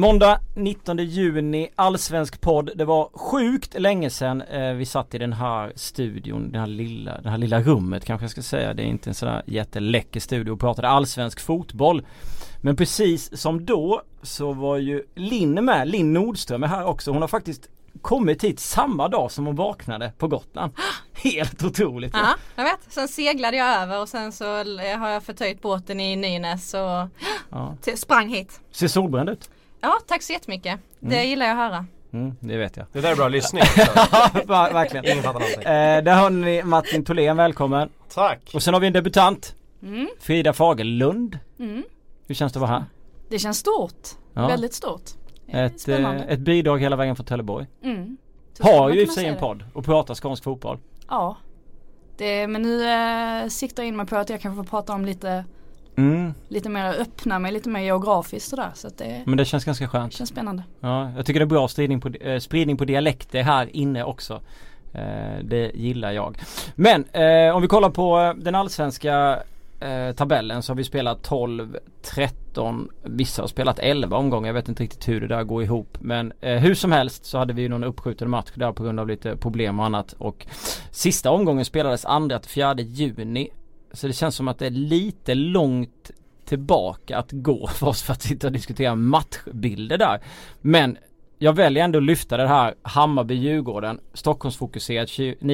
Måndag 19 juni, allsvensk podd. Det var sjukt länge sedan vi satt i den här studion, det här lilla rummet kanske jag ska säga. Det är inte en sån där jätteläcker studio och pratade allsvensk fotboll. Men precis som då så var ju Linn Nordström är här också. Hon har faktiskt kommit hit samma dag som hon vaknade på Gotland. Helt otroligt. Ja, jag vet. Sen seglade jag över och sen så har jag förtöjt båten i Nynäs och sprang hit. Ser solbränd ut. Ja, tack så jättemycket. Det gillar jag att höra. Det vet jag. Det där är bra lyssning. Ja, verkligen. Ingen fattar någonting. Där har ni Martin Tholén, välkommen. Tack. Och sen har vi en debutant. Frida Fagerlund. Hur känns det att vara här? Det känns stort. Ja. Väldigt stort. Ett bidrag hela vägen från Trelleborg. Har ju i sig en podd och pratar skånsk fotboll. Ja. Men nu siktar jag in mig på att jag kan få prata om lite mer öppna mig, lite mer geografiskt sådär. Så att men det känns ganska skönt. Det känns spännande. Ja, jag tycker det är bra spridning på dialekter här inne också. Det gillar jag. Men om vi kollar på den allsvenska tabellen så har vi spelat 12, 13, vissa har spelat 11 omgångar. Jag vet inte riktigt hur det där går ihop. Men hur som helst så hade vi ju någon uppskjuten match där på grund av lite problem och annat. Och sista omgången spelades 2-4 juni. Så det känns som att det är lite långt tillbaka att gå för oss för att sitta och diskutera matchbilder där. Men jag väljer ändå att lyfta det här Hammarby-Djurgården. Stockholmsfokuserat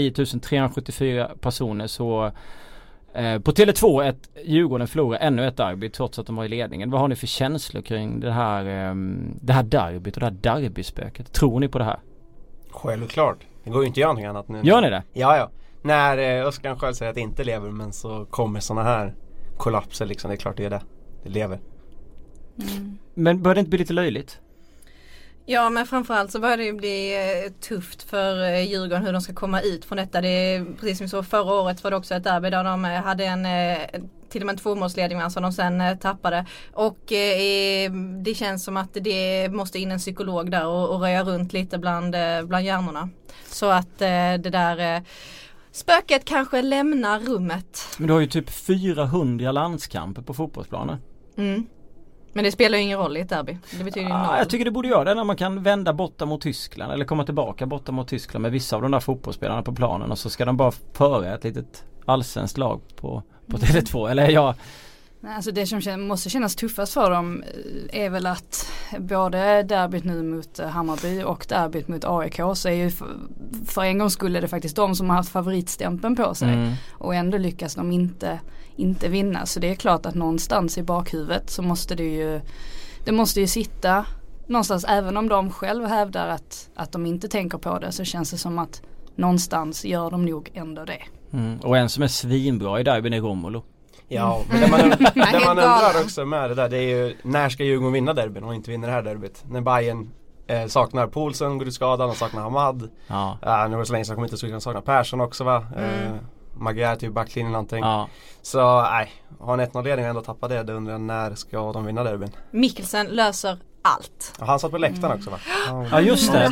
9374 personer så på Tele2 ett Djurgården förlorar ännu ett derby trots att de var i ledningen. Vad har ni för känslor kring det här derbyt och det här derbyspöket? Tror ni på det här? Självklart. Det går ju inte att göra någonting annat nu. Gör ni det? Ja. När Oskar själv säger att det inte lever men så kommer såna här kollapser liksom. Det är klart det är det. Det lever. Men börjar det inte bli lite löjligt? Ja, men framförallt så börjar det ju bli tufft för Djurgården hur de ska komma ut från detta. Det är precis som så förra året var det också ett derby där de hade till och med en 2-målsledning som de sen tappade. Och det känns som att det måste in en psykolog där och röja runt lite bland hjärnorna. Så att det där spöket kanske lämnar rummet. Men du har ju typ 400 landskamper på fotbollsplanen. Men det spelar ju ingen roll i ett derby. Det betyder ju noll. Jag tycker det borde göra det när man kan vända borta mot Tyskland eller komma tillbaka borta mot Tyskland med vissa av de där fotbollsspelarna på planen och så ska de bara föra ett litet allsvenskt lag på Tele2. Eller ja. Alltså det som måste kännas tuffast för dem är väl att både derbyt nu mot Hammarby och derbyt mot AIK så är ju för en gång skulle det faktiskt de som har haft favoritstämpeln på sig och ändå lyckas de inte vinna. Så det är klart att någonstans i bakhuvudet så måste det måste ju sitta någonstans, även om de själva hävdar att de inte tänker på det så känns det som att någonstans gör de nog ändå det. Och en som är svinbra i derbyn är Romulo. Ja, men det man undrar också med det där, det är ju när ska Djurgården vinna derbyn och inte vinna det här derbyt? När Bayern saknar Poulsen, går till skadan och saknar Hamad. Nu var det så länge så jag kommer inte att sakna Persson också va? Magyar typ backlinjen någonting. Så har en 1-0-ledning och ändå tappat det undrar jag när ska de vinna derbyn? Mikkelsen löser allt. Ja, han satt på läktaren också va? Ja just det.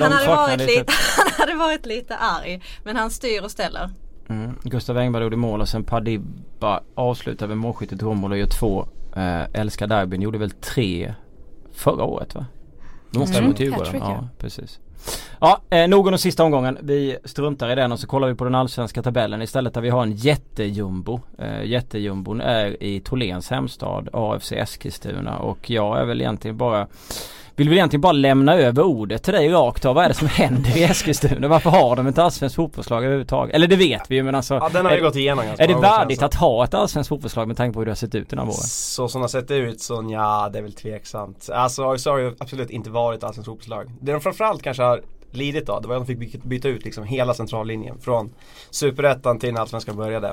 Han hade varit lite arg men han styr och ställer. Gustav Engberg gjorde mål och sen Padibba avslutade med målskyttet Romulo och gör 2. Älskar derbyn, gjorde väl 3 förra året va? De måste mot Djurgården. Ja, precis. Ja, nog om den sista omgången. Vi struntar i den och så kollar vi på den allsvenska tabellen istället där vi har en jättejumbo. Jättejumbon är i Tholéns hemstad, AFC Eskilstuna och jag är väl egentligen vill egentligen bara lämna över ordet till dig rakt av. Vad är det som händer i Eskilstuna? Varför har de ett allsvenskt fotbollslag överhuvudtaget? Eller det vet vi ju men alltså. Ja, den har vi gått igenom ganska. Är det värdigt att ha ett allsvenskt fotbollslag med tanke på hur det har sett ut den här våren? Så som det har sett ut så det är väl tveksamt. Alltså AIK har ju absolut inte varit allsvenskt fotbollslag. Det de framförallt kanske har lidit av, det var att de fick byta ut liksom hela centrallinjen från Superettan till när allsvenskan började.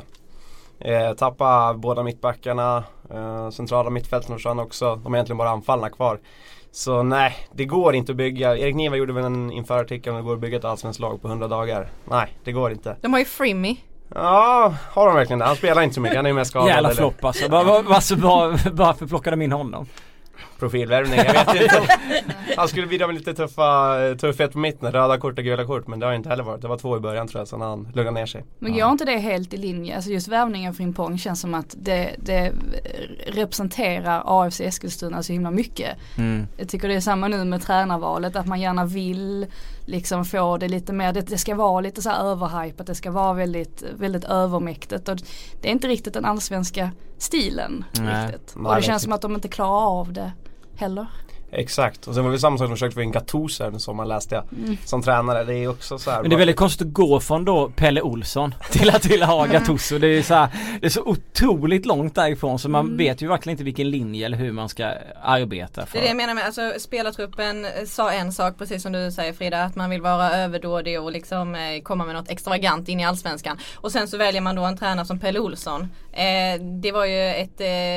Tappa båda mittbackarna, centrala mittfälten försvann också. De är egentligen bara anfallna kvar. Så nej, det går inte att bygga. Erik Niva gjorde väl en införartikel om det går att bygga ett allsvenskt lag på 100 dagar. Nej, det går inte. De har ju Frimmy. Ja, har de verkligen det? Han spelar inte så mycket, han är ju mest skadad. Jävla flopp alltså. Varför plockade de in honom? profilvärvning. Jag vet inte om han skulle bidra med lite tuffhet på mitten, röda kort och gula kort, men det har inte heller varit. Det var 2 i början tror jag, så han lugnade ner sig. Men gör inte det helt i linje? Alltså just värvningen för Frimpong känns som att det representerar AFC Eskilstuna så himla mycket. Jag tycker det är samma nu med tränarvalet, att man gärna vill liksom få det lite mer, det ska vara lite så här överhypat, det ska vara väldigt, väldigt övermäktigt, och det är inte riktigt den allsvenska stilen riktigt. Och det känns som att de inte klarar av det heller. Exakt, och sen var det samma sak som försökte få in Gattuso som man läste som tränare. Det är också så här. Men det är väldigt konstigt att gå från då Pelle Olsson till att vilja ha Gattuso. Det är så här, det är så otroligt långt därifrån, så man vet ju verkligen inte vilken linje eller hur man ska arbeta för. Det är det jag menar med, alltså spelartruppen sa en sak, precis som du säger Frida, att man vill vara överdådig och liksom komma med något extravagant in i allsvenskan. Och sen så väljer man då en tränare som Pelle Olsson. Det var ju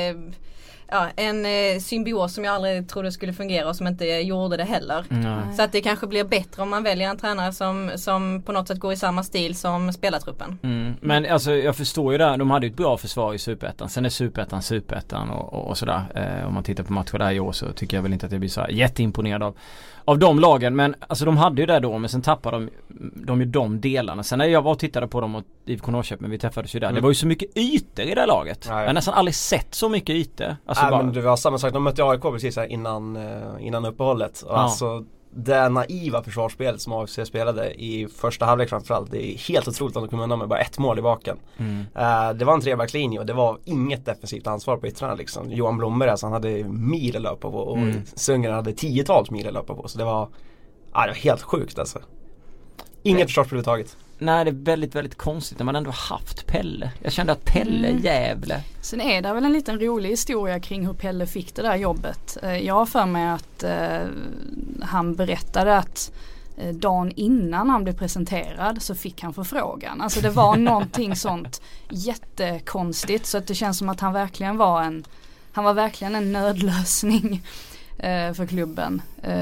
en symbios som jag aldrig trodde skulle fungera och som inte gjorde det heller. Så att det kanske blir bättre om man väljer en tränare som på något sätt går i samma stil som spelartruppen. Men alltså jag förstår ju det, de hade ju ett bra försvar i Superettan. Sen är Superettan och sådär. Om man tittar på matcher där i år så tycker jag väl inte att jag blir så här jätteimponerad av de lagen. Men alltså de hade ju det då, men sen tappade de ju de delarna. Sen när jag var och tittade på dem och IFK Norrköping, vi träffades ju där. Det var ju så mycket ytor i det här laget. Jag har nästan aldrig sett så mycket ytor. Alltså men det var samma sak, de mötte AIK precis här innan uppehållet. Och alltså det naiva försvarsspelet som AFC spelade i första halvlek framförallt, det är helt otroligt att de kom undan med bara 1 mål i baken. Det var en 3-backslinje och det var inget defensivt ansvar på yttrarna liksom. Johan Blomberg, alltså, han hade mil att löpa på och Sundgren hade 10-tals mil att löpa på, så det var helt sjukt alltså. Inget försvarsspel överhuvudtaget. Nej, det är väldigt, väldigt konstigt när man ändå haft Pelle. Jag kände att Pelle Gävle. Sen är det väl en liten rolig historia kring hur Pelle fick det där jobbet. Jag har för mig att han berättade att dagen innan han blev presenterad så fick han förfrågan. Alltså det var någonting sånt jättekonstigt, så att det känns som att han verkligen var en nödlösning för klubben.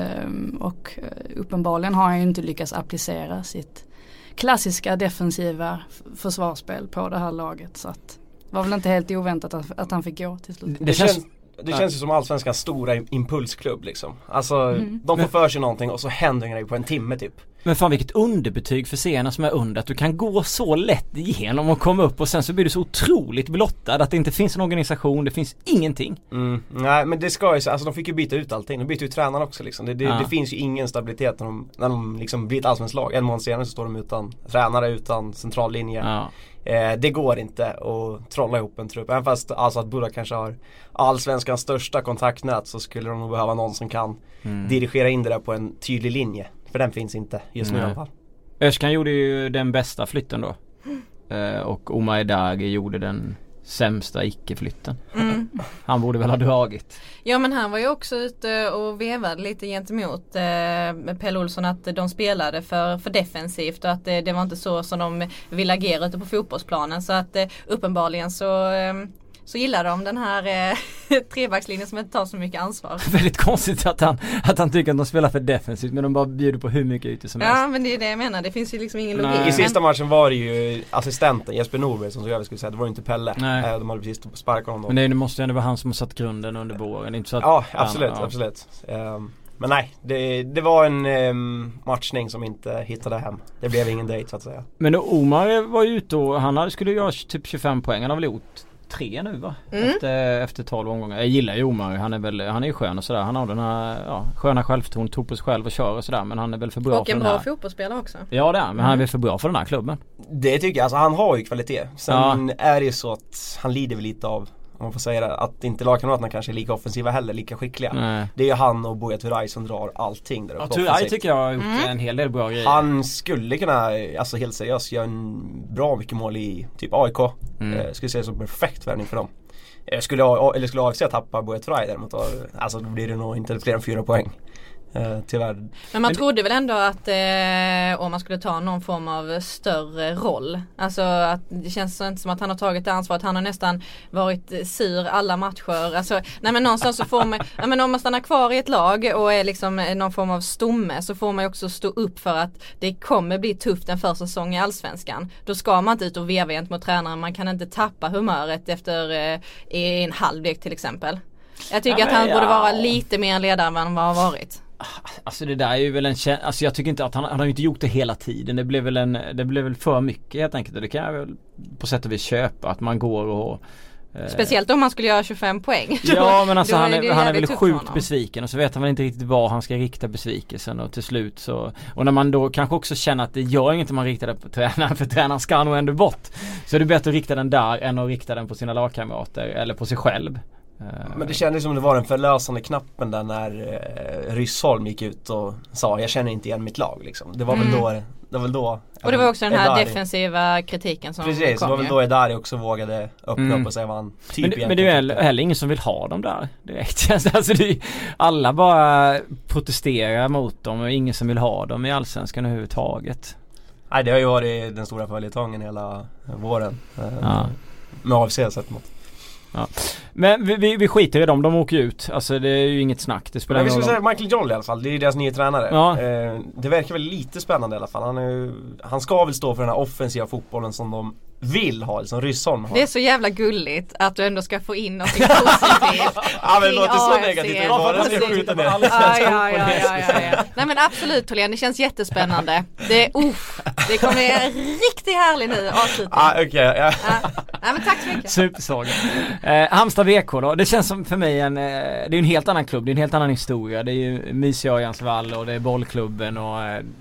Och uppenbarligen har han ju inte lyckats applicera sitt klassiska defensiva försvarsspel på det här laget, så att det var väl inte helt oväntat att han fick gå till slut. Det känns ju som allsvenskans stora impulsklubb liksom. Alltså de får för sig någonting och så händer grejer på en timme typ. Men fan vilket underbetyg för serierna som är under, att du kan gå så lätt igenom och komma upp och sen så blir du så otroligt blottad att det inte finns en organisation, det finns ingenting. Nej, men det ska ju, alltså de fick ju byta ut allting, de byter ut tränaren också liksom. Det finns ju ingen stabilitet när de liksom blir ett allsvenskt lag. En månad senare så står de utan tränare, utan centrallinje. Det går inte att trolla ihop en trupp. Även fast alltså att Buda kanske har allsvenskans största kontaktnät, så skulle de nog behöva någon som kan dirigera in det där på en tydlig linje. För den finns inte just nu i alla fall. Özcan gjorde ju den bästa flytten då. Och Omar Edagi gjorde den sämsta icke-flytten. Han borde väl ha dragit. Ja, men han var ju också ute och vevade lite gentemot Pelle Olsson, att de spelade för defensivt och att det var inte så som de ville agera ute på fotbollsplanen. Så att uppenbarligen så gillar de den här trebackslinjen som inte tar så mycket ansvar. Väldigt konstigt att han tycker att de spelar för defensivt, men de bara bjuder på hur mycket ytor som helst. Ja, men det är det jag menar. Det finns ju liksom ingen logik. I sista matchen var det ju assistenten Jesper Norberg som jag skulle säga, det var ju inte Pelle. De hade precis sparkat honom. Men det måste ju ändå vara han som har satt grunden under våren. Inte så att absolut. Men nej, det var en matchning som inte hittade hem. Det blev ingen date så att säga. Men Omar var ju ute och han skulle göra typ 25 poäng. Han har väl gjort 3 nu va? Efter 12 omgångar. Jag gillar ju Omar. Han är ju skön och sådär. Han har den här sköna självton, tog på sig själv och kör och sådär. Men han är väl för bra och för den här. Och en bra fotbollsspelare också. Ja det är, men han är väl för bra för den här klubben. Det tycker jag. Alltså han har ju kvalitet. Sen är det ju så att han lider väl lite av, om man får säga det, att inte lagkamraterna kanske är lika offensiva heller, lika skickliga. Nej. Det är ju han och Buya Turay som drar allting där uppe. Turay tycker jag har gjort en hel del bra grejer. Han skulle kunna, alltså helt seriöst, göra en bra mycket mål i typ AIK. Skulle säga som perfekt värvning för dem. Skulle AFC tappa Buya Turay däremot, alltså då blir det nog inte fler än 4 poäng. Tyvärr. Men man trodde väl ändå att om man skulle ta någon form av större roll, alltså att det känns inte som att han har tagit det ansvaret. Han har nästan varit sur alla matcher. Alltså, nej men någonstans så får man, om man stannar kvar i ett lag och är liksom någon form av stomme, så får man ju också stå upp för att det kommer bli tufft en första säsong i Allsvenskan. Då ska man inte ut och veva gentemot tränaren. Man kan inte tappa humöret efter en halvlek till exempel. Jag tycker att han borde vara lite mer ledare än vad han har varit. Alltså det där är ju väl alltså jag tycker inte att han har ju inte gjort det hela tiden. Det blev väl för mycket helt enkelt. Och det kan jag väl på sätt och vis köpa, att man går och speciellt om man skulle göra 25 poäng. Ja, men alltså han är väl sjukt honom. Besviken, och så vet han väl inte riktigt var han ska rikta besvikelsen, och till slut så, och när man då kanske också känner att det gör inget om man riktar det på tränaren, för tränaren ska nog ändå bort, så är det bättre att rikta den där än att rikta den på sina lagkamrater eller på sig själv. Men det kändes som det var den förlösande knappen där när Ryssholm gick ut och sa jag känner inte igen mitt lag liksom. Det var väl då och det var också den här defensiva kritiken som precis, kom. Det var väl då Edari också vågade öppna upp och säga vad han men det är ju heller ingen som vill ha dem där direkt. Alltså alla bara protesterar mot dem, och ingen som vill ha dem i Allsvenskan överhuvudtaget. Nej, det har ju varit den stora följetongen hela våren med AFC sett mot. Ja. Men vi skiter i dem, de åker ut. Alltså det är ju inget snack. Det spelar vi ska säga Michael Jolly i alla fall. Det är ju deras nya tränare. Ja. Det verkar väl lite spännande i alla fall. Han ska väl stå för den här offensiva fotbollen som de vill ha, som Ryssholm har. Det är så jävla gulligt att du ändå ska få in något positivt. Ja, men det låter så negativt. Ja. Nej men absolut, Tholén, det känns jättespännande. Det kommer bli en riktigt härlig nu avslutning. Okej. Nej men tack så mycket. Supersvag. Hamstad VK då. Det känns som för mig det är en helt annan klubb, det är en helt annan historia. Det är ju Mysjörjansvall och det är bollklubben och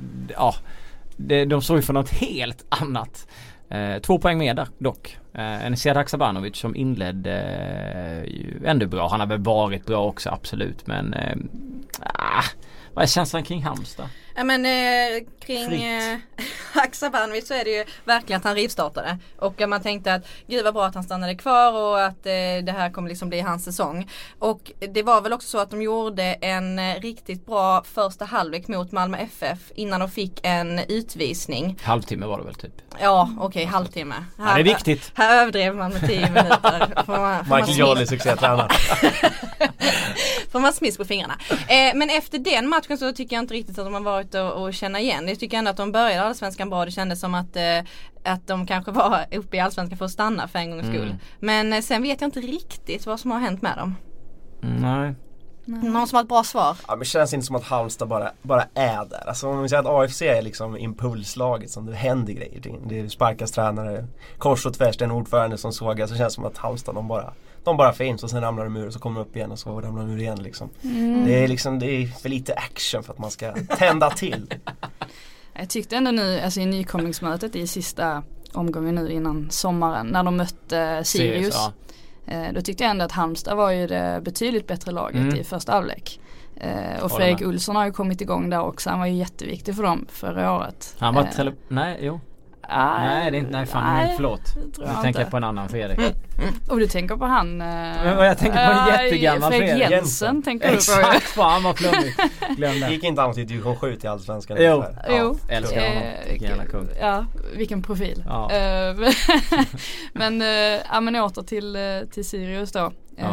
de står ju för något helt annat. 2 poäng med där dock. En Sead Haksabanovic som inledde ju ändå bra. Han har väl varit bra också, absolut. Men vad är känslan kring Halmstad? Ja men kring Haksabanovic så är det ju verkligen att han rivstartade. Och man tänkte att gud vad bra att han stannade kvar och att det här kommer liksom bli hans säsong. Och det var väl också så att de gjorde en riktigt bra första halvlek mot Malmö FF innan de fick en utvisning. Halvtimme var det väl typ? Ja, okej, halvtimme. Ja, det är viktigt. Här överdrev man med 10 minuter. Michael Jolly, succétränare. Får man smiss på fingrarna. Men efter den matchen så tycker jag inte riktigt att de har varit och känna igen. Jag tycker ändå att de började Allsvenskan bra. Det kändes som att de kanske var uppe i Allsvenskan för att stanna för en gångs skull. Men sen vet jag inte riktigt vad som har hänt med dem. Nej. Någon som har ett bra svar? Ja, men det känns inte som att Halmstad bara är där. Alltså om vi säger att AFC är liksom impulslaget som det händer grejer. Det sparkas tränare, kors och tvärs, den ordförande som sågar, så känns det som att Halmstad de bara finns och sen ramlar de ur och så kommer de upp igen och så ramlar de ur igen liksom. Det är för lite action för att man ska tända till. Jag tyckte ändå nu, alltså i nykomlingsmötet i sista omgången nu innan sommaren, när de mötte Sirius, då tyckte jag ändå att Halmstad var ju det betydligt bättre laget i första halvlek. Och Fredrik Olsson har ju kommit igång där också. Han var ju jätteviktig för dem förra året. Han var Nej, det är inte, förlåt. Jag tänker på en annan Fredrik. Och du tänker på han jag tänker på en jättegammal Fredrik Jensen tänker du på. Exakt, fan vad flummigt. Glöm det. Gick inte han till division 7 till Allsvenskan? Jo. Älskar honom. Ja, vilken profil. Ja. Men åter till Sirius då.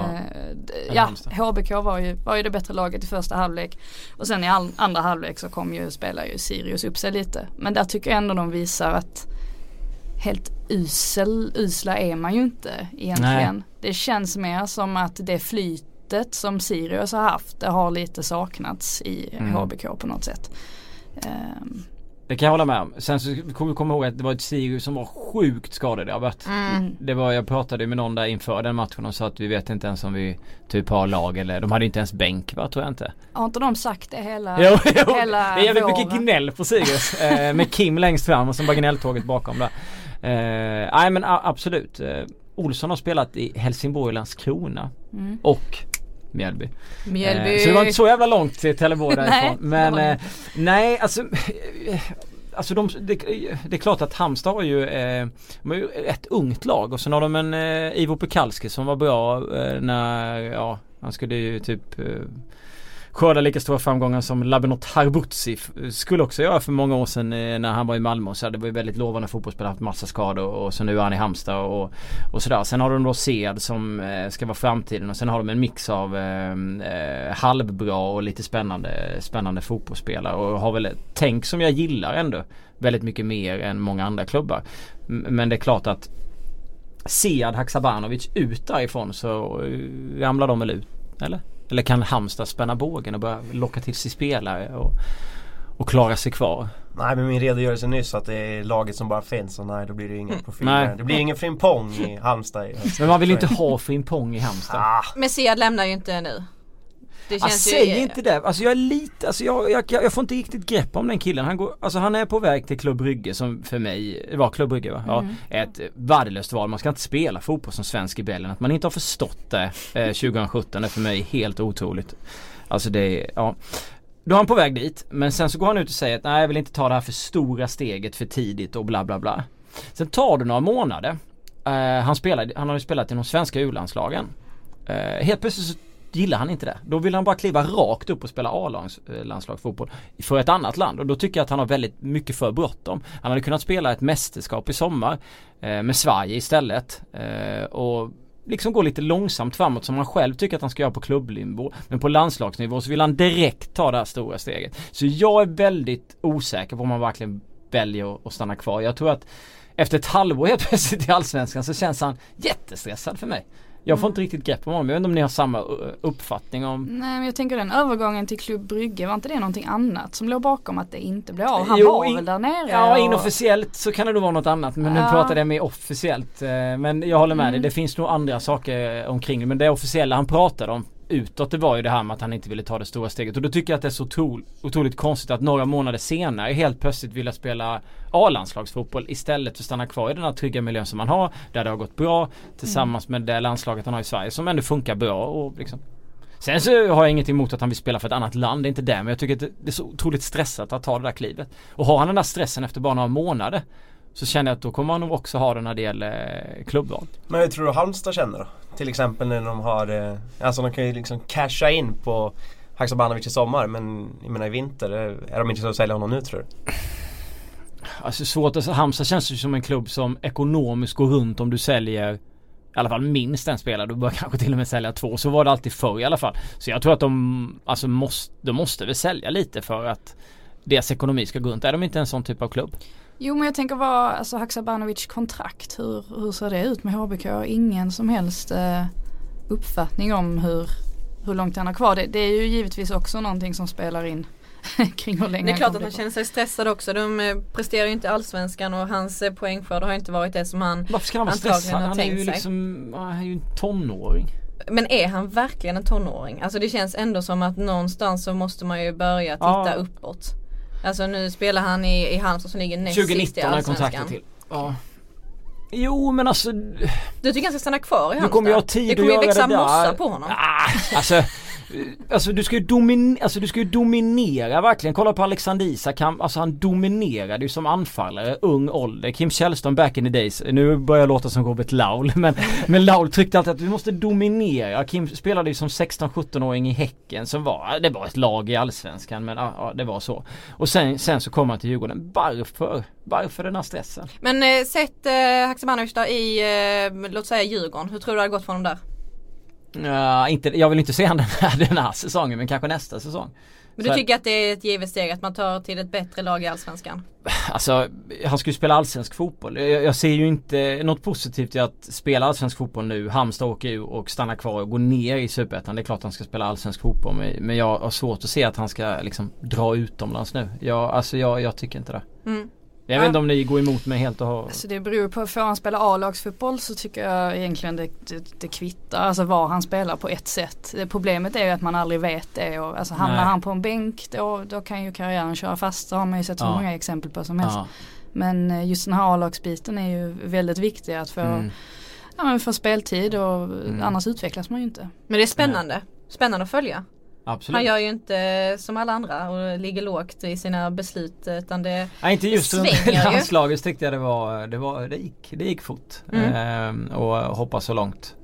HBK var ju det bättre laget i första halvlek. Och sen i andra halvlek så spelar ju Sirius upp sig lite. Men där tycker jag ändå de visar att helt usla är man ju inte egentligen. Nej. Det känns mer som att det flytet som Sirius har haft, det har lite saknats i HBK på något sätt. Det kan jag hålla med om. Sen så kommer ihåg att det var ett Sirius som var sjukt skadedrabbat. Jag pratade med någon där inför den matchen och sa att vi vet inte ens om vi typ har lag eller de hade inte ens bänk, va, tror jag inte. Har inte de sagt det hela Jo. Det är jävligt mycket gnäll på Sirius med Kim längst fram och så bara gnälltåget bakom där. Nej men absolut. Olsson har spelat i Helsingborg och Landskrona och Mjällby. Så det var inte så jävla långt till Trelleborg därifrån. Men nej, alltså det är klart att Halmstad har ju ett ungt lag och sen har de en Ivo Pekalski som var bra när han skulle ju typ skörda lika stora framgångar som Labinot Harbutsi skulle också göra för många år sedan när han var i Malmö. Så det var ju väldigt lovande fotbollsspelare, haft massa skador och så nu är han i Halmstad och sådär. Sen har de då Sead som ska vara framtiden och sen har de en mix av halvbra och lite spännande fotbollsspelare och har väl ett tänk som jag gillar ändå väldigt mycket mer än många andra klubbar. Men det är klart att Sead Haksabanovic ut därifrån så ramlar de väl ut. Eller kan Halmstad spänna bågen och börja locka till sig spelare och klara sig kvar? Nej, men min redogörelse nyss att det är laget som bara finns, och nej, då blir det ingen profil. Det blir ingen Frimpong i Halmstad. Men man vill ju inte ha Frimpong i Halmstad. Men Sead lämnar ju inte nu. Det känns säg inte det. Alltså jag är lite, alltså jag får inte riktigt grepp om den killen. Han är på väg till Club Brygge, som för mig var Club Brygge, va? Ja, ett värdelöst val. Man ska inte spela fotboll som svensk i Belgien. Att man inte har förstått det 2017 är för mig helt otroligt. Alltså det, ja. Då är han på väg dit, men sen så går han ut och säger att nej, jag vill inte ta det här för stora steget för tidigt och bla bla bla. Sen tar det några månader. Han har ju spelat i de svenska U-landslagen. Helt plötsligt så gillar han inte det. Då vill han bara kliva rakt upp och spela A-landslagsfotboll för ett annat land. Och då tycker jag att han har väldigt mycket för bråttom. Han hade kunnat spela ett mästerskap i sommar med Sverige istället. Och liksom gå lite långsamt framåt som han själv tycker att han ska göra på klubbnivå. Men på landslagsnivå så vill han direkt ta det här stora steget. Så jag är väldigt osäker på om han verkligen väljer att stanna kvar. Jag tror att efter ett halvår helt plötsligt i Allsvenskan så känns han jättestressad för mig. Jag får inte riktigt grepp om honom. Jag vet inte om ni har samma uppfattning om... Nej, men jag tänker den övergången till Club Brygge, var inte det någonting annat som låg bakom att det inte blev av? Han var väl där nere? Ja, inofficiellt så kan det nog vara något annat. Men nu pratar det mer officiellt. Men jag håller med dig. Det finns nog andra saker omkring. Men det officiella han pratade om utåt, det var ju det här med att han inte ville ta det stora steget. Och då tycker jag att det är så otroligt konstigt att några månader senare helt plötsligt vilja spela A-landslagsfotboll istället för att stanna kvar i den här trygga miljön som man har, där det har gått bra tillsammans med det landslaget han har i Sverige som ändå funkar bra och liksom. Sen så har jag inget emot att han vill spela för ett annat land, det är inte det, men jag tycker att det är så otroligt stressat att ta det där klivet. Och har han den där stressen efter bara några månader så känner jag att då kommer han nog också ha det när det gäller klubbval. Men hur tror du Halmstad känner då? Till exempel när de har, alltså de kan ju liksom casha in på Haksabanovic i sommar, men jag menar i vinter, är de inte så att sälja honom nu tror du? Alltså svårt, alltså, Halmstad känns ju som en klubb som ekonomiskt går runt om du säljer i alla fall minst en spelare, du bör kanske till och med sälja 2, så var det alltid förr i alla fall. Så jag tror att de måste väl sälja lite för att deras ekonomi ska gå runt. Är de inte en sån typ av klubb? Jo, men jag tänker vad, alltså Haksabanovic kontrakt, hur ser det ut med HBK? Jag har ingen som helst uppfattning om hur långt han har kvar. Det är ju givetvis också någonting som spelar in kring hur länge. Det är klart att han känner sig stressad också. De presterar ju inte Allsvenskan och hans poängskörd har inte varit det som han varför ska han vara stressad? Han är ju liksom, han är ju en tonåring. Men är han verkligen en tonåring? Alltså det känns ändå som att någonstans så måste man ju börja titta uppåt. Alltså nu spelar han i Halmstad som ligger näst sist i 2019 är kontraktet till. Ja. Jo, men alltså du tycker han ska stanna kvar i Halmstad? Nu kommer jag tid det kommer ju växa mossa på honom. Alltså du ska ju dominera verkligen. Kolla på Alexander Isak, han dominerade ju som anfallare, ung ålder. Kim Källström back in the days. Nu börjar jag låta som Robert Laul, men Laul tryckte alltid att vi måste dominera. Kim spelade ju som 16-17-åring i Häcken som det var ett lag i Allsvenskan, men det var så. Och sen så kom han till Djurgården. Varför den här stressen? Men sätt Haksabanovic då i låt säga Djurgården. Hur tror du det har gått för honom där? Jag vill inte se han den här säsongen, men kanske nästa säsong. Men du tycker att det är ett givet steg att man tar till ett bättre lag i Allsvenskan? Alltså, han ska ju spela allsvensk fotboll. Jag ser ju inte något positivt i att spela allsvensk fotboll nu. Halmstad åker ur och stannar kvar och går ner i Superettan. Det är klart att han ska spela allsvensk fotboll, men jag har svårt att se att han ska liksom dra utomlands nu. Jag tycker inte det. Jag vet inte om ni går emot mig helt och hållet. Alltså det beror på, får han spela A-lagsfotboll så tycker jag egentligen det kvittar, alltså var han spelar på ett sätt. Problemet är ju att man aldrig vet det och alltså hamnar han på en bänk då kan ju karriären köra fast, så har man ju sett så många exempel på som helst. Men just den här A-lagsbiten är ju väldigt viktig att få speltid och annars utvecklas man ju inte. Men det är spännande att följa. Absolut. Han gör ju inte som alla andra och ligger lågt i sina beslut, utan det inte just under landslaget tyckte jag det gick fort och hoppas så långt.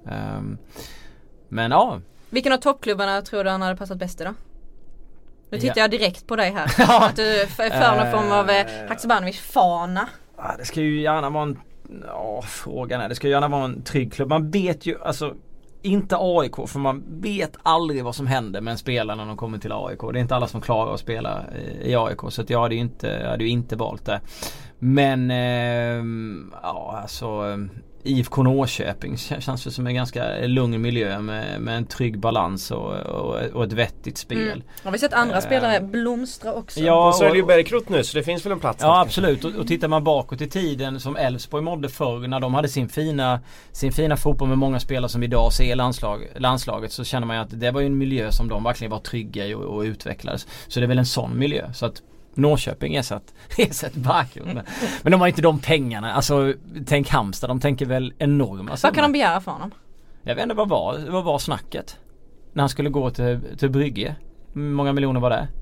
Men ja. Vilken av toppklubbarna tror du han hade passat bäst i då? Nu tittar jag direkt på dig här. Att du för någon form av Haksabanovic-fana. Det ska ju gärna vara frågan är, det ska ju gärna vara en trygg klubb. Man vet ju, alltså inte AIK, för man vet aldrig vad som händer med en spelare när de kommer till AIK. Det är inte alla som klarar att spela i AIK, så att jag hade ju inte valt det. Men ja, alltså IFK Norrköping känns det som en ganska lugn miljö med en trygg balans och ett vettigt spel. Har vi sett andra spelare blomstra också? Ja, och så är det ju Bergkrot nu, så det finns väl en plats. Ja, absolut. Och tittar man bakåt i tiden som Elfsborg mådde förr, när de hade sin fina fotboll med många spelare som idag ser landslaget, så känner man ju att det var ju en miljö som de verkligen var trygga i och utvecklades. Så det är väl en sån miljö. Så att Norrköping ersatt bakgrund. Men de har inte de pengarna. Alltså, tänk Halmstad, de tänker väl enorma. Vad kan de begära för honom? Jag vet inte, vad var snacket? När han skulle gå till Brygge. Hur många miljoner var det?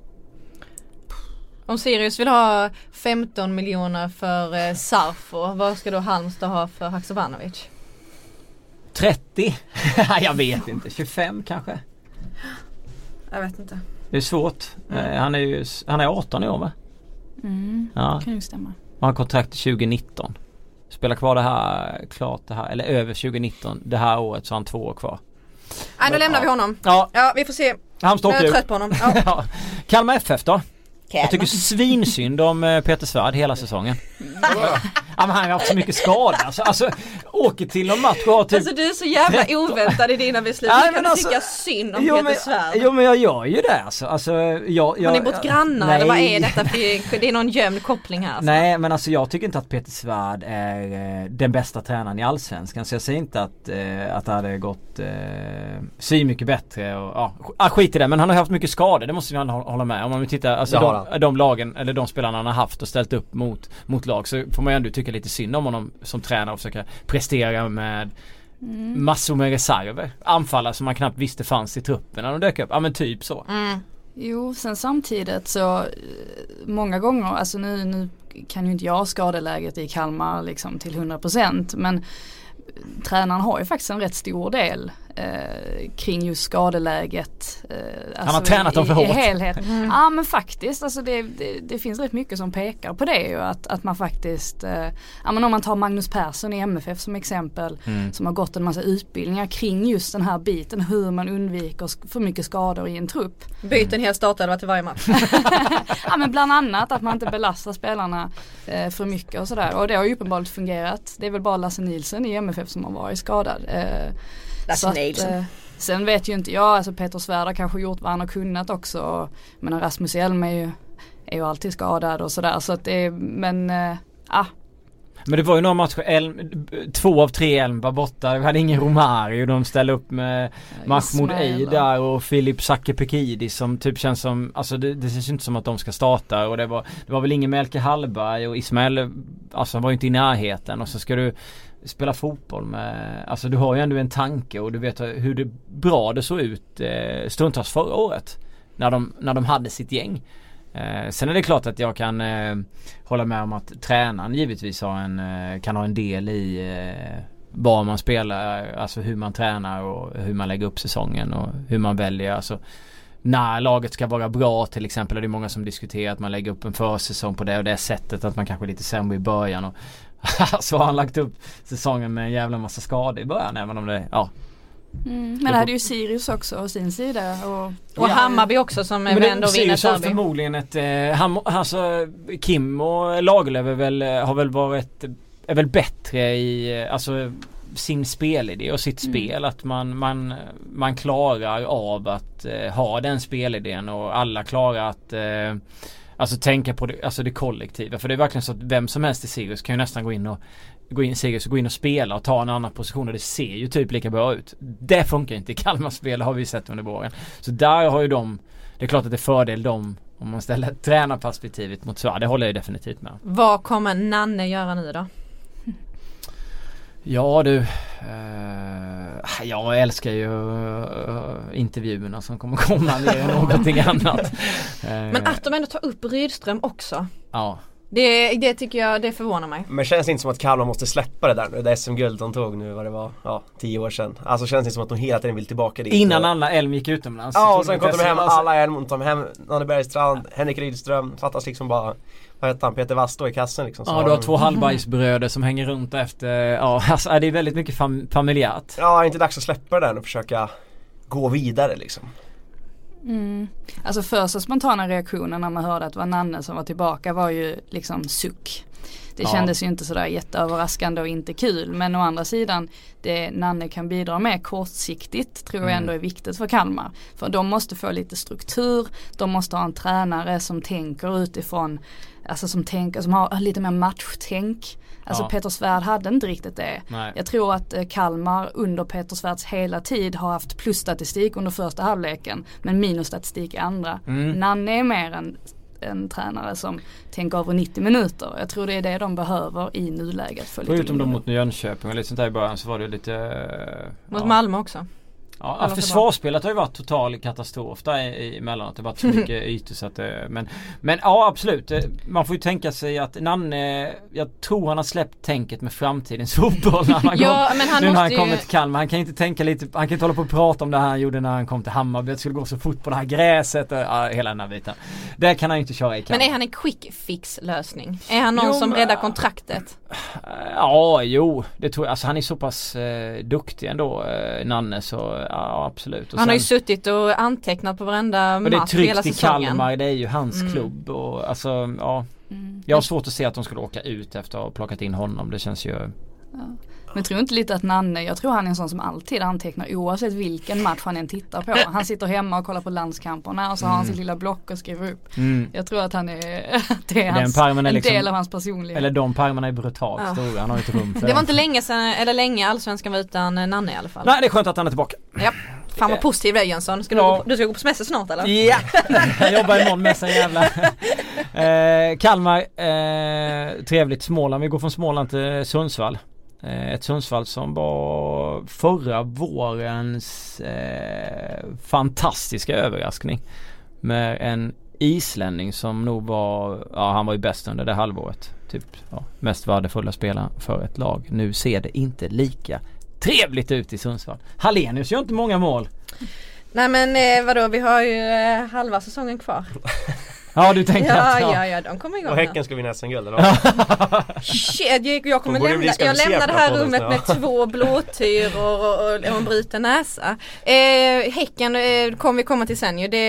Om Sirius vill ha 15 miljoner för Sarfo, vad ska då Halmstad ha för Haksabanovic? 30? Jag vet inte. 25 kanske? Jag vet inte. Det är svårt. Han är 18 i år, va? Ja. Kan ju stämma. Han har kontrakt till 2019. Spelar kvar det här eller över 2019 det här året, så har han 2 år kvar. Nej, nu lämnar vi honom. Ja, vi får se. Jag är trött på honom. Ja. Kalmar FF då? Jag tycker svinsynd om Peter Svärd hela säsongen. Ja, men han har haft så mycket skada. Alltså åker till någon match och har typ... Alltså du är så jävla oväntad i dina beslut. Ja, du kan tycka synd om Peter Svärd. Jo, men jag gör ju det. Alltså, har ni bott grannar eller vad är detta? Det är någon gömd koppling här. Alltså. Nej, men alltså jag tycker inte att Peter Svärd är den bästa tränaren i Allsvenskan. Så jag säger inte att det hade gått mycket bättre. Och, skit i det. Men han har haft mycket skador. Det måste vi hålla med. Om man vill titta, alltså de lagen eller de spelarna han har haft och ställt upp mot lag, så får man ju ändå tycka lite synd om honom som tränare och försöka prestera med massor med reserver. Anfallare som man knappt visste fanns i truppen när de dök upp. Ja, men typ så. Jo, sen samtidigt så många gånger, alltså nu kan ju inte jag skadeläget i Kalmar liksom till 100%, men tränaren har ju faktiskt en rätt stor del kring just skadeläget. Han har tränat dem för hårt. I helhet. Ja, men faktiskt. Alltså det finns rätt mycket som pekar på det. Ju, att man faktiskt, men om man tar Magnus Persson i MFF som exempel, som har gått en massa utbildningar kring just den här biten, hur man undviker för mycket skador i en trupp. Byt en hel startelva till varje match. Ja, men bland annat att man inte belastar spelarna för mycket och sådär. Och det har ju uppenbarligen fungerat. Det är väl bara Lasse Nilsson i MFF som har varit skadad. Sen vet ju inte jag, alltså Peter Svärd har kanske gjort vad han har kunnat också, men Rasmus Elm är ju alltid skadad och sådär, så att det är, men det var ju några matcher, 2 av 3 Elm var borta. Vi hade ingen Romario, de ställde upp med Mahmoud Eidar och Filip Sakepekidi som typ känns som, alltså det känns inte som att de ska starta, och det var väl ingen Melke Hallberg och Ismail, alltså han var ju inte i närheten, och så ska du spela fotboll med, alltså du har ju ändå en tanke, och du vet hur bra det såg ut stundtals förra året när de hade sitt gäng. Sen är det klart att jag kan hålla med om att tränaren givetvis kan ha en del i var man spelar, alltså hur man tränar och hur man lägger upp säsongen och hur man väljer, alltså när laget ska vara bra till exempel. Och det är många som diskuterar att man lägger upp en försäsong på det och det sättet, att man kanske är lite sämre i början, och så har han lagt upp säsongen med en jävla massa skador i början, även om det, men det hade ju Sirius också å sin sida och Hammarby också som ändå vinner Sirius har förmodligen alltså Kim och Lagerlöf är väl bättre i alltså sin spelidé och sitt spel, att man klarar av att ha den spelidén, och alla klarar att alltså tänka på det, alltså det kollektiva, för det är verkligen så att vem som helst i Sirius kan ju nästan gå in och spela och ta en annan position, och det ser ju typ lika bra ut. Det funkar inte i Kalmar spel, har vi sett under våren. Så där har ju det är klart att det är fördel om man ställer tränarperspektivet mot Svärd, det håller jag definitivt med. Vad kommer Nanne göra nu då? Ja du, jag älskar ju intervjuerna som kommer komma mer än någonting annat. Men att de ändå tar upp Rydström också. Ja. Det tycker jag, det förvånar mig. Men känns det inte som att Kalmar måste släppa det där nu? Det SM-guld de tog nu, vad det var, 10 år sedan. Alltså känns det som att de hela tiden vill tillbaka dit. Innan alla Elm gick utomlands. Ja, och sen kom de hem alla Elm, de hem Nanne Bergstrand, Henrik Rydström, fattas liksom bara, vad heter han, Peter Vastå i kassen liksom. Ja, du har 2 halvbajsbröder som hänger runt efter, alltså det är väldigt mycket familjärt. Ja, är inte dags att släppa det där och försöka gå vidare liksom? Alltså första spontana reaktionen när man hörde att det var Nanne som var tillbaka var ju liksom suck. Det kändes ju inte sådär jätteöverraskande och inte kul. Men å andra sidan, det Nanne kan bidra med kortsiktigt tror jag ändå är viktigt för Kalmar. För de måste få lite struktur. De måste ha en tränare som tänker utifrån, alltså som har lite mer matchtänk. Alltså Peter Svärd hade inte riktigt det. Nej. Jag tror att Kalmar under Peter Svärds hela tid har haft plusstatistik under första halvleken. Men minusstatistik i andra. Nanne är mer en tränare som tänker över 90 minuter. Jag tror det är det de behöver i nuläget. Förutom de mot Jönköping och lite sånt där i början så var det lite... mot Malmö också. Ja, försvarsspelet har ju varit total katastrof där emellanåt. Det har varit så mycket ytor så att men ja, absolut. Man får ju tänka sig att Nanne, jag tror han har släppt tänket med framtidens fotboll när han kommer till Kalmar. Han kan inte tänka lite, han kan inte hålla på och prata om det här han gjorde när han kom till Hammarby. Det skulle gå så fort på det här gräset och hela den här biten. Det kan han ju inte köra i Kalmar. Men är han en quick fix lösning? Är han någon som räddar kontraktet? Ja, det tror jag. Alltså han är så pass duktig ändå, Nanne, så ja, absolut. Och han har ju suttit och antecknat på varenda match hela säsongen. Och det är tryggt i Kalmar, det är ju hans klubb. Och alltså, ja. Jag har svårt att se att de skulle åka ut efter att ha plockat in honom. Det känns ju... Ja. Men tror inte lite att Nanne, jag tror han är en sån som alltid antecknar oavsett vilken match han än tittar på. Han sitter hemma och kollar på landskamperna och så har han sitt lilla block och skriver upp. Jag tror att han det är en del av hans personlighet. Eller de pärmarna är brutalt stora, han har ju ett rum för det var inte länge Allsvenskan var utan Nanne i alla fall. Nej, det är skönt att han är tillbaka. Ja. Fan vad positiv det är, Jönsson. Du ska gå på semester snart eller? Ja, jag jobbar imorgon med sig jävla. Kalmar, trevligt. Småland, vi går från Småland till Sundsvall. Ett Sundsvall som var förra vårens fantastiska överraskning med en islänning som nog var, han var ju bäst under det halvåret, typ mest värdefulla spelare för ett lag. Nu ser det inte lika trevligt ut i Sundsvall. Hallenius gör inte många mål. Nej men vadå, vi har ju halva säsongen kvar. Ja, du tänker att... Ja, de kommer igång. Och Häcken ska vinna SM-guld, eller? Shit, jag lämnar det här rummet med 2 blåtyr och en bruten näsa. Häcken kommer vi komma till sen ju. Det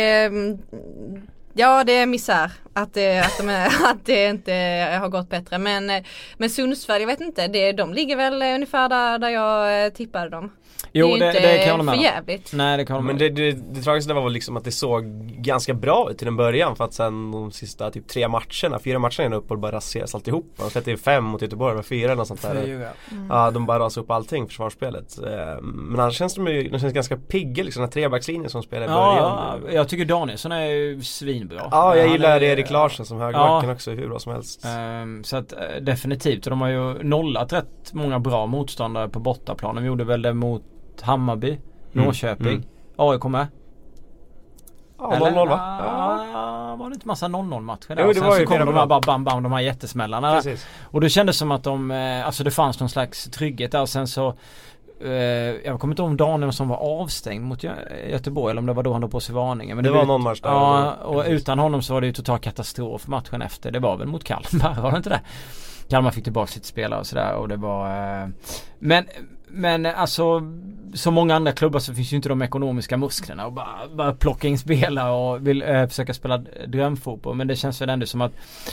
är misär att det inte har gått bättre. Men Sundsvall, jag vet inte, de ligger väl ungefär där jag tippade dem. Jo, det kan jag för jävligt. Nej, det kan men det tragiska var liksom att det såg ganska bra ut till en början, för att sen de sista typ 4 matcherna upp och bara raseras alltihop. De släppte 5 mot Göteborg, var 4 eller något sånt där. Ja, de bara rasade upp allting, försvarsspelet. Men annars känns de känns ganska pigga liksom, den här trebackslinjen som spelar i början. Ja, jag tycker Danielsson är ju svinbra. Ja, jag gillar Erik Larsson som högerbacken också, hur bra som helst. Så att definitivt, och de har ju nollat rätt många bra motståndare på bortaplan. De gjorde väl det mot Hammarby, Norrköping, AIK med. Ja, 0-0 va? Ja, var det inte massa 0-0 matcher där? Jo, det var ju så kom de här bara bam, de här jättesmällarna. Precis. Och det kändes som att det fanns någon slags trygghet där. Och sen så jag kommer inte ihåg om Daniel som var avstängd mot Göteborg, eller om det var då han då på sig varningen. Men det var någon match där. Ja, och utan honom så var det ju total katastrof matchen efter. Det var väl mot Kalmar, var det inte det? Kalmar fick tillbaka sitt spelare och sådär, och det var men alltså, som många andra klubbar så finns ju inte de ekonomiska musklerna och bara plocka in spelare och vill försöka spela drömfotboll. Men det känns väl ändå som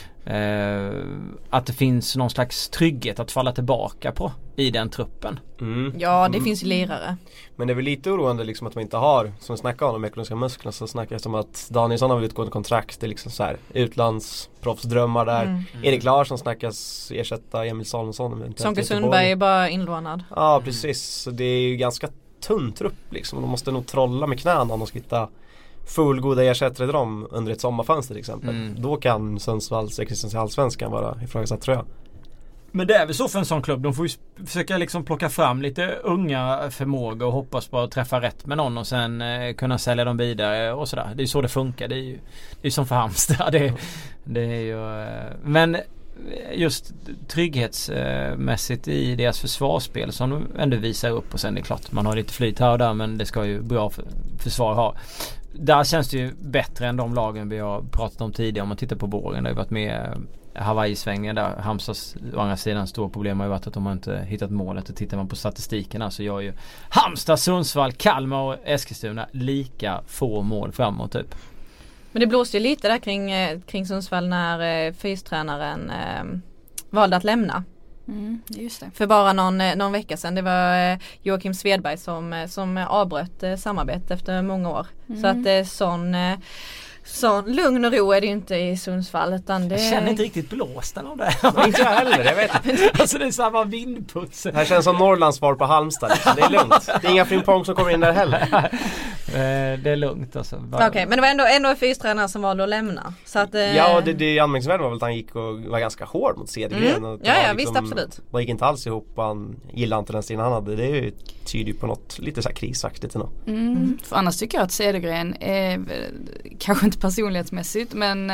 att det finns någon slags trygghet att falla tillbaka på i den truppen. Ja, det finns lirare. Men det är väl lite oroande liksom att man inte har, som snackar om de ekonomiska musklerna, så snackar jag om att Danielsson har väl utgående kontrakt, det är liksom så här utlandsproffsdrömmar där. Erik Larsson snackas ersätta Emil Salomonsson. Sonke Sundberg är bara inlånad. Ja, precis. Så det är ju ganska tunn trupp liksom. De måste nog trolla med knäna om de ska hitta fullgoda ersättare till dem under ett sommarfönster till exempel. Då kan Sundsvalls existens i Allsvenskan vara ifrågasatt, tror jag. Men det är väl så för en sån klubb. De får ju försöka liksom plocka fram lite unga förmågor och hoppas på att träffa rätt med någon och sen kunna sälja dem vidare och sådär. Det är ju så det funkar. Det är ju som för Halmstad. Det är ju, just trygghetsmässigt i deras försvarsspel som de ändå visar upp, och sen är det klart man har lite flyt här och där, men det ska ju bra försvar ha. Där känns det ju bättre än de lagen vi har pratat om tidigare. Om man tittar på Borgen, det har ju varit med Hawaii-svängningen där. Halmstads å andra sidan stora problem har ju varit att de har inte hittat målet. Och tittar man på statistiken så gör ju Halmstad, Sundsvall, Kalmar och Eskilstuna lika få mål framåt typ. Men det blåste ju lite där kring Sundsvall när fystränaren valde att lämna. Just det. För bara någon vecka sedan. Det var Joakim Svedberg som avbröt samarbetet efter många år. Så att sån lugn och ro är det ju inte i Sundsvall, utan det... Jag känner inte riktigt blåsten av det. Inte jag heller, jag vet inte. Alltså det är samma vindputs. Det här känns som Norrlands svar på Halmstad liksom. Det är lugnt. Det är inga Frimpong som kommer in där heller. Det är lugnt alltså. Okej, men det var ändå fystränare som valde att lämna. Så att, ja, det anmärkningsvärda var väl att han gick och var ganska hård mot Cedergren. Ja, visst, absolut. Det gick inte alls ihop, han gillade inte den stilen han hade. Det tyder ju på något lite så här krisaktigt ändå. För annars tycker jag att Cedergren är kanske inte personlighetsmässigt, men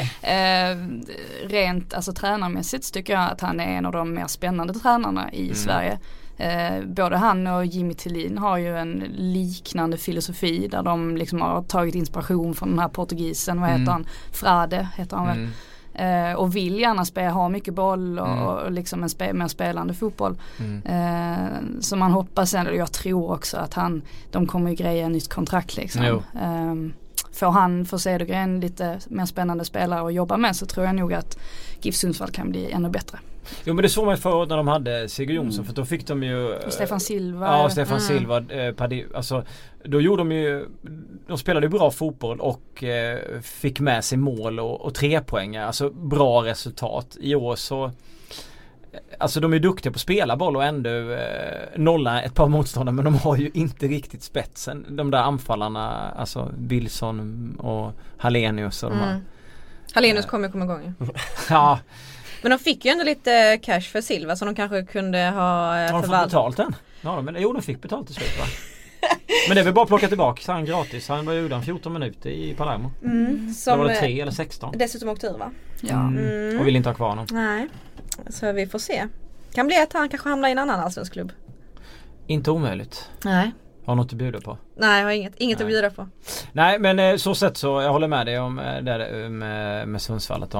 rent alltså tränarmässigt tycker jag att han är en av de mer spännande tränarna i Sverige. Både han och Jimmy Tillin har ju en liknande filosofi där de liksom har tagit inspiration från den här portugisen, vad heter han? Frade heter han väl. Och vill gärna ha mycket boll och liksom en mer spelande fotboll. Så man hoppas ändå, jag tror också att de kommer ju greja nytt kontrakt liksom. Får Cedergren lite mer spännande spelare att jobba med, så tror jag nog att GIF Sundsvall kan bli ännu bättre. Jo, men det såg man förut när de hade Sigurd Jonsson, för då fick de ju och Stefan Silva. Ja, Stefan Silva alltså då gjorde de spelade ju bra fotboll och fick med sig mål och 3 poäng, alltså bra resultat. I år så alltså de är duktiga på att spela boll och ändå nolla ett par motståndare, men de har ju inte riktigt spetsen. De där anfallarna, alltså Wilson och Hallenius och de här. Hallenius kommer igång. Ja. Men de fick ju ändå lite cash för Silva, så de kanske kunde ha har de fått betalt än? Ja, men de fick betalt till slut, va? Men det är väl bara att plocka tillbaka han gratis. Han var ju utan 14 minuter i Palermo. Då var det 3 eller 16. Dessutom åkte ur, va? Ja. Och vill inte ha kvar honom. Nej. Så vi får se. Kan bli att han kanske hamnar i en annan allsvensk klubb. Inte omöjligt. Nej. Har något att bjuda på? Nej, jag har inget att bjuda på. Nej, men så sett så jag håller med dig om det med Sundsvall, att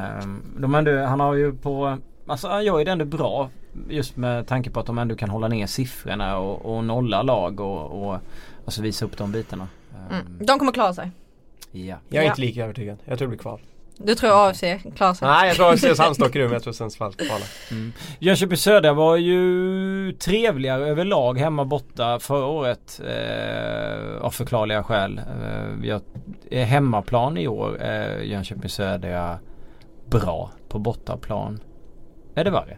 han har ju på, alltså han gör ju det ändå bra just med tanke på att de ändå kan hålla ner siffrorna och nolla lag och alltså visa upp de bitarna. De kommer klara sig. Ja. Jag är inte lika övertygad. Jag tror det blir kvar. Du tror AFC klarar sig? Nej, jag tror AFC Halmstad åker ur, men jag tror Sundsvall kvalar. Jönköping Södra var ju trevligare överlag hemma borta förra året av förklarliga skäl. Hemmaplan i år Jönköping Södra bra, på bortaplan är det värre.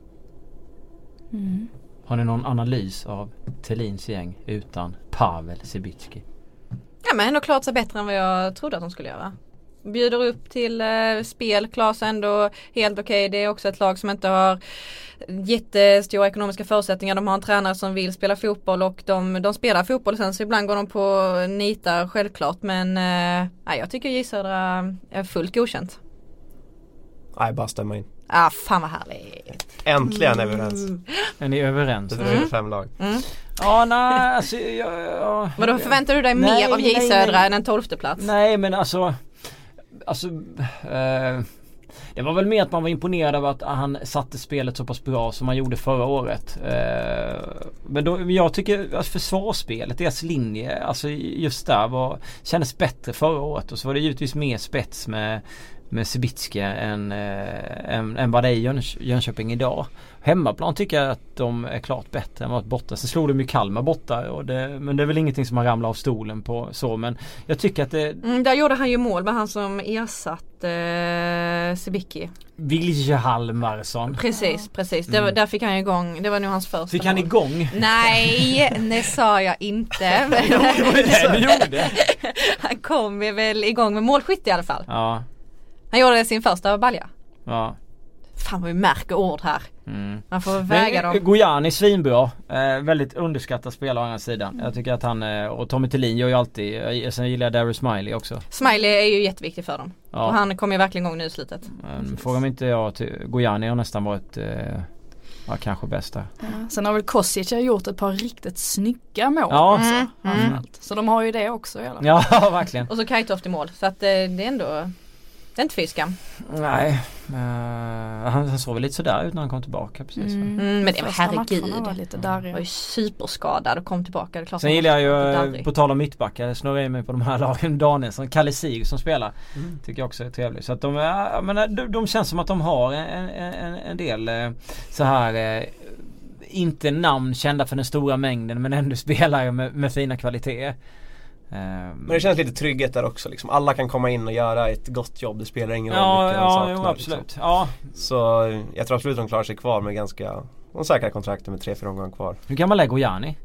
Har ni någon analys av Thelins gäng utan Pavel Sibicki? Ja, men ändå klart sig bättre än vad jag trodde att de skulle göra. Bjuder upp till spel, Klas ändå helt okej. Det är också ett lag som inte har jättestora ekonomiska förutsättningar. De har en tränare som vill spela fotboll och de spelar fotboll sen, så ibland går de på nitar självklart. Men jag tycker J Södra är fullt godkänt. Nej, bara stämma in. Fan vad härligt. Äntligen är vi överens. Är ni överens? Det är 5 lag. Ja, nej, alltså men då förväntar du dig mer av J Södra än en 12:e plats? Nej, men alltså det var väl mer att man var imponerad av att han satte spelet så pass bra som han gjorde förra året. Men då, jag tycker att försvarsspelet, deras linje, alltså just där kändes bättre förra året, och så var det givetvis mer spets med Sibicki än vad det är i Jönköping idag. Hemmaplan tycker jag att de är klart bättre än vad borta. Så slog de ju Kalmar borta, men det är väl ingenting som har ramlat av stolen på så, men jag tycker att det... där gjorde han ju mål med han som ersatt Sibicki. Vilje Halmarsson. Precis. Där fick han igång, det var nog hans första. Fick han igång? Nej, det sa jag inte. Han kom väl igång med målskytt i alla fall. Ja. Han gjorde sin första balja. Ja. Fan vad vi märker ord här. Man får väga dem. Gojani svinbra. Väldigt underskattad spelare å andra sidan. Jag tycker att han och Tommy Thelin gör ju alltid. Sen gillar jag Darius Smiley också. Smiley är ju jätteviktig för dem. Ja. Och han kommer ju verkligen igång nu i slutet. Frågar mig inte jag till Gojani har nästan varit kanske bästa. Ja. Sen har väl Kosic gjort ett par riktigt snygga mål. Ja. Så de har ju det också i alla fall. Ja, verkligen. Och så Kajtoft i mål. Så att det är ändå... Det är inte fiskam. Nej. Han såg väl lite sådär ut när han kom tillbaka precis. Men det var herregud. Han var ju superskadad och kom tillbaka. Det sen gillar jag ju på tal om mittbackar. Jag snurrar in mig på de här lagen. Danielsson, Kalle Sig som spelar. Tycker jag också är trevligt. Så att de känns som att de har en del så här inte namn kända för den stora mängden men ändå spelare med fina kvaliteter. Men det känns lite trygghet där också liksom. Alla kan komma in och göra ett gott jobb. Det spelar ingen roll vilka de saknar. Ja, absolut. Liksom. Ja. Så jag tror absolut de klarar sig kvar med ganska säkra kontrakter med 3-4 omgångar kvar. Hur gammal är Gojani?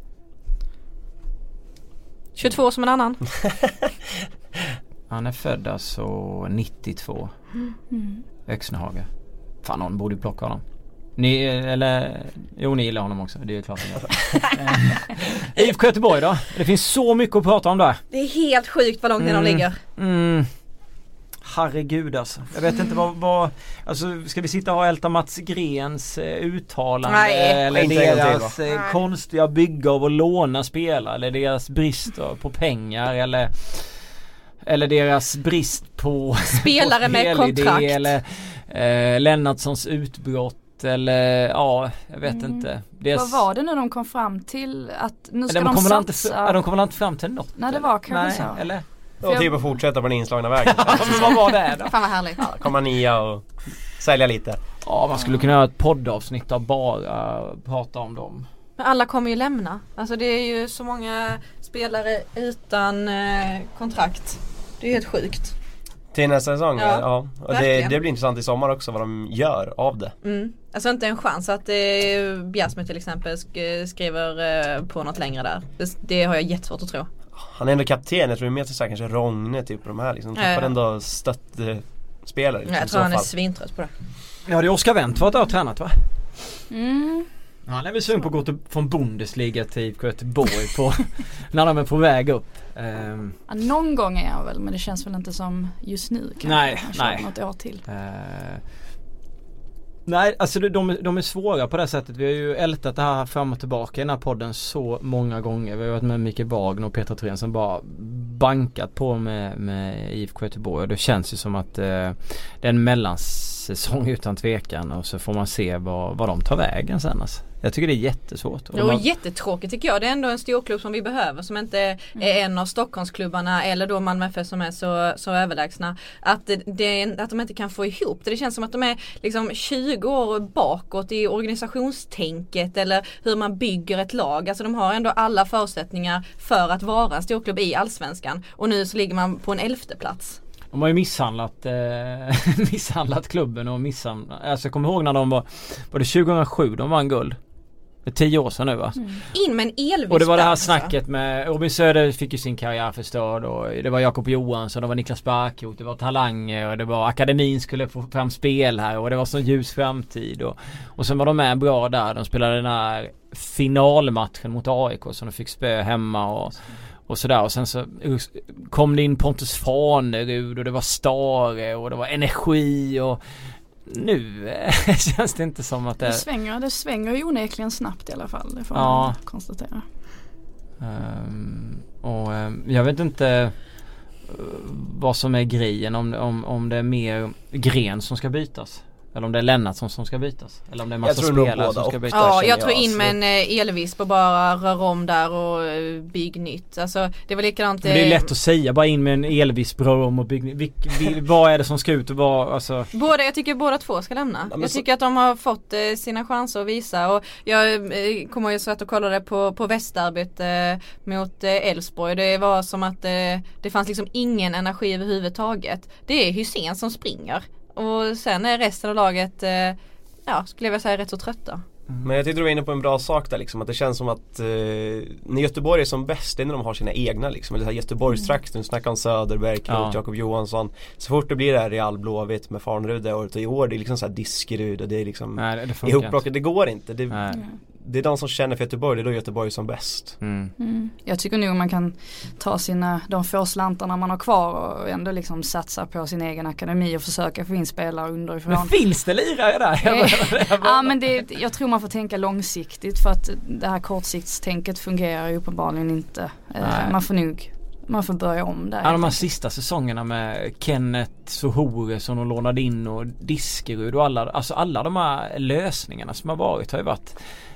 22 som en annan. Han är född alltså 92. Öxnehaga. Fan, någon borde plocka honom. Ni gillar honom också. Det är klart ni gör. IFK Göteborg då? Det finns så mycket att prata om där. Det är helt sjukt vad långt ner de ligger. Herregud alltså. Jag vet inte vad alltså ska vi sitta och älta Mats Grens uttalande? Nej. Eller deras konstiga bygga av att låna spelare eller deras brist på pengar eller deras brist på spelare med kontrakt eller Lennartssons utbrott eller jag vet inte. Vad var det nu de kom fram till att nu ska de satsa? De kommer inte fram till något. Nej, det var kanske så. Eller? Och typ att fortsätta på den inslagna vägen. Vad var det då? Fan vad härligt. Komma nia och sälja lite. Ja, man skulle kunna göra ett poddavsnitt av bara prata om dem. Men alla kommer ju lämna. Alltså det är ju så många spelare utan kontrakt. Det är helt sjukt. Till nästa säsong, ja. Och det blir intressant i sommar också vad de gör av det. Alltså inte en chans att Bjärsmyr till exempel skriver på något längre där. Det har jag jättesvårt att tro. Han är ändå kapten, jag tror mer till så här, kanske Rogne typ de här liksom. Tappar ändå stöttspelare. Liksom, jag tror han är svintrött på det. Ja, det är Oskar Wendt har tränat va? Han är väl sugen på att gå från Bundesliga till IFK Göteborg när de är på väg upp. Någon gång är jag väl, men det känns väl inte som just nu. Nej. Något år till. Nej, alltså de är svåra på det sättet. Vi har ju ältat det här fram och tillbaka i den här podden så många gånger. Vi har varit med Mikael Wagner och Petra Thorén som bara bankat på med IFK Göteborg. Och det känns ju som att det är en mellansäsong utan tvekan. Och så får man se vad de tar vägen sen alltså. Jag tycker det är jättesvårt. Och jättetråkigt tycker jag. Det är ändå en storklubb som vi behöver. Som inte är en av Stockholmsklubbarna eller då Malmö FF som är så överlägsna. Att de inte kan få ihop det. Det känns som att de är liksom 20 år bakåt i organisationstänket eller hur man bygger ett lag. Alltså de har ändå alla förutsättningar för att vara en storklubb i Allsvenskan. Och nu så ligger man på en 11:e plats. De har ju misshandlat klubben och alltså jag kommer ihåg när de var det 2007 de vann guld. Det är 10 år sedan nu va? In med en elvis. Och det var det här snacket med Robin Söder fick ju sin karriär förstörd och det var Jakob Johansson, det var Niklas Barkot, det var talanger och det var akademin skulle få fram spel här och det var sån ljus framtid och sen var de med bra där. De spelade den här finalmatchen mot AIK som de fick spö hemma och sådär och sen så kom det in Pontus Farnerud och det var Stare och det var energi och nu känns det inte som att det svänger ju onekligen snabbt i alla fall. Det får man konstatera. Jag vet inte vad som är grejen om det är mer Gren som ska bytas. Eller om det är Lennartsson som ska bytas. Eller om det är massa spelare som ska bytas. Ja, jag tror in med en elvisp och bara rör om där och bygg nytt. Alltså, det var likadant. Men det är lätt att säga, bara in med en elvisp, rör om och bygg nytt. Vad är det som ska ut och vad? Alltså... Jag tycker båda två ska lämna. Jag tycker att de har fått sina chanser att visa. Och jag kommer ju så att kolla på västderbyt mot Elfsborg. Det var som att det fanns liksom ingen energi överhuvudtaget. Det är Hysén som springer. Och sen är resten av laget skulle jag säga rätt så trötta. Men jag tyckte du var inne på en bra sak där liksom, att det känns som att när Göteborg är som bäst, det är när de har sina egna liksom, eller så här Göteborgstrakten, snackar om Söderberg, Knut, Jakob Johansson. Så fort det blir det här Real Blåvitt med Farnerud det året och i år, det är liksom så här Diskerud och det är liksom ihopplockat, det går inte. Det är de som känner för Göteborg, det är då Göteborg som bäst. Jag tycker nog man kan ta de få slantarna man har kvar och ändå liksom satsa på sin egen akademi och försöka få in spelare underifrån. Men finns det lirare där? Ja, men jag tror man får tänka långsiktigt, för att det här kortsiktstänket fungerar ju uppenbarligen inte. Man får börja om där. De här sista säsongerna med Kenneth Sohore som de lånade in och Diskerud och alla de här lösningarna som har varit har ju varit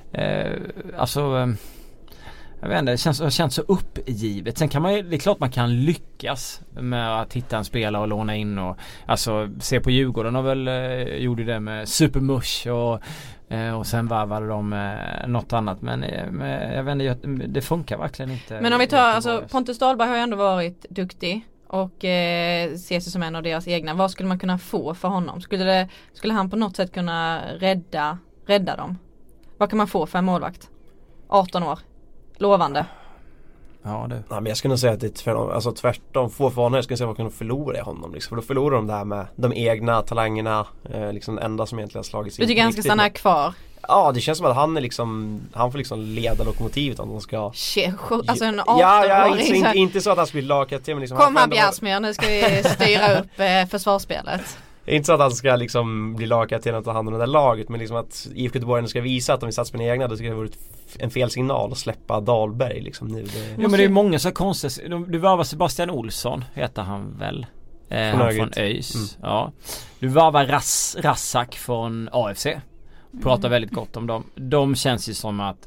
jag vet inte, det känns så uppgivet. Sen kan det är klart man kan lyckas med att hitta en spelare och låna in och se på Djurgården har väl gjorde det med Supermush och sen varvade de med något annat, men jag vet inte, det funkar verkligen inte. Men om vi tar, Pontus Dahlberg har ju ändå varit duktig och ses sig som en av deras egna. Vad skulle man kunna få för honom? Skulle han på något sätt kunna rädda dem? Vad kan man få för en målvakt? 18 år. Lovande. Ja, men jag skulle nog säga att det är tvärtom. Få för honom, jag skulle säga att man kan förlora i honom. Liksom. För då förlorar de där med de egna talangerna. Liksom enda som egentligen har slagits in. Du tycker han ska stanna kvar? Ja, det känns som att han får liksom leda lokomotivet om de ska... Alltså en 18-åring. Inte så att han skulle bli lagkapten. Liksom, kom här Bjärsmyr, nu ska vi styra upp försvarsspelet. Inte så att han ska liksom bli lagkapten och ta hand om det där laget, men liksom att IFK Göteborg ska visa att de vill satsa på sina egna, då tycker jag det vore en fel signal att släppa Dahlberg liksom nu. Ja, men det är många så konstiga. Du varvar Sebastian Olsson, heter han väl? Från ÖIS. Ja. Du varvar Rassak från AFC. Pratar väldigt gott om dem. De känns ju som att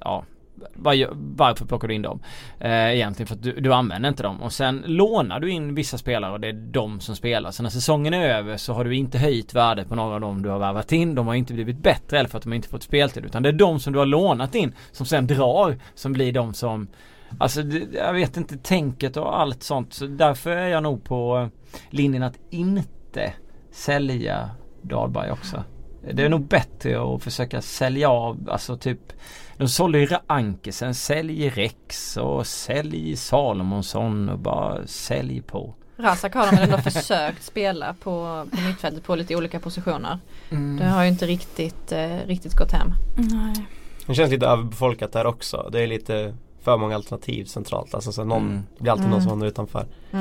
varför plockar du in dem? Egentligen för att du använder inte dem. Och sen lånar du in vissa spelare och det är de som spelar. Så när säsongen är över så har du inte höjt värdet på några av dem du har värvat in. De har inte blivit bättre eller för att de inte fått speltid. Utan det är de som du har lånat in som sen drar, som blir de som... Alltså jag vet inte, tänket och allt sånt. Så därför är jag nog på linjen att inte sälja Dahlberg också. Det är nog bättre att försöka sälja av, alltså typ de sålde ju Ankesen, sälj Rex och sälj Salomonsson och bara sälj på. Razak har de ändå försökt spela på mittfältet på lite olika positioner. Det har ju inte riktigt gått hem. Nej. Det känns lite överbefolkat där också. Det är lite för många alternativ centralt. Alltså så det blir alltid någon som hamnar utanför.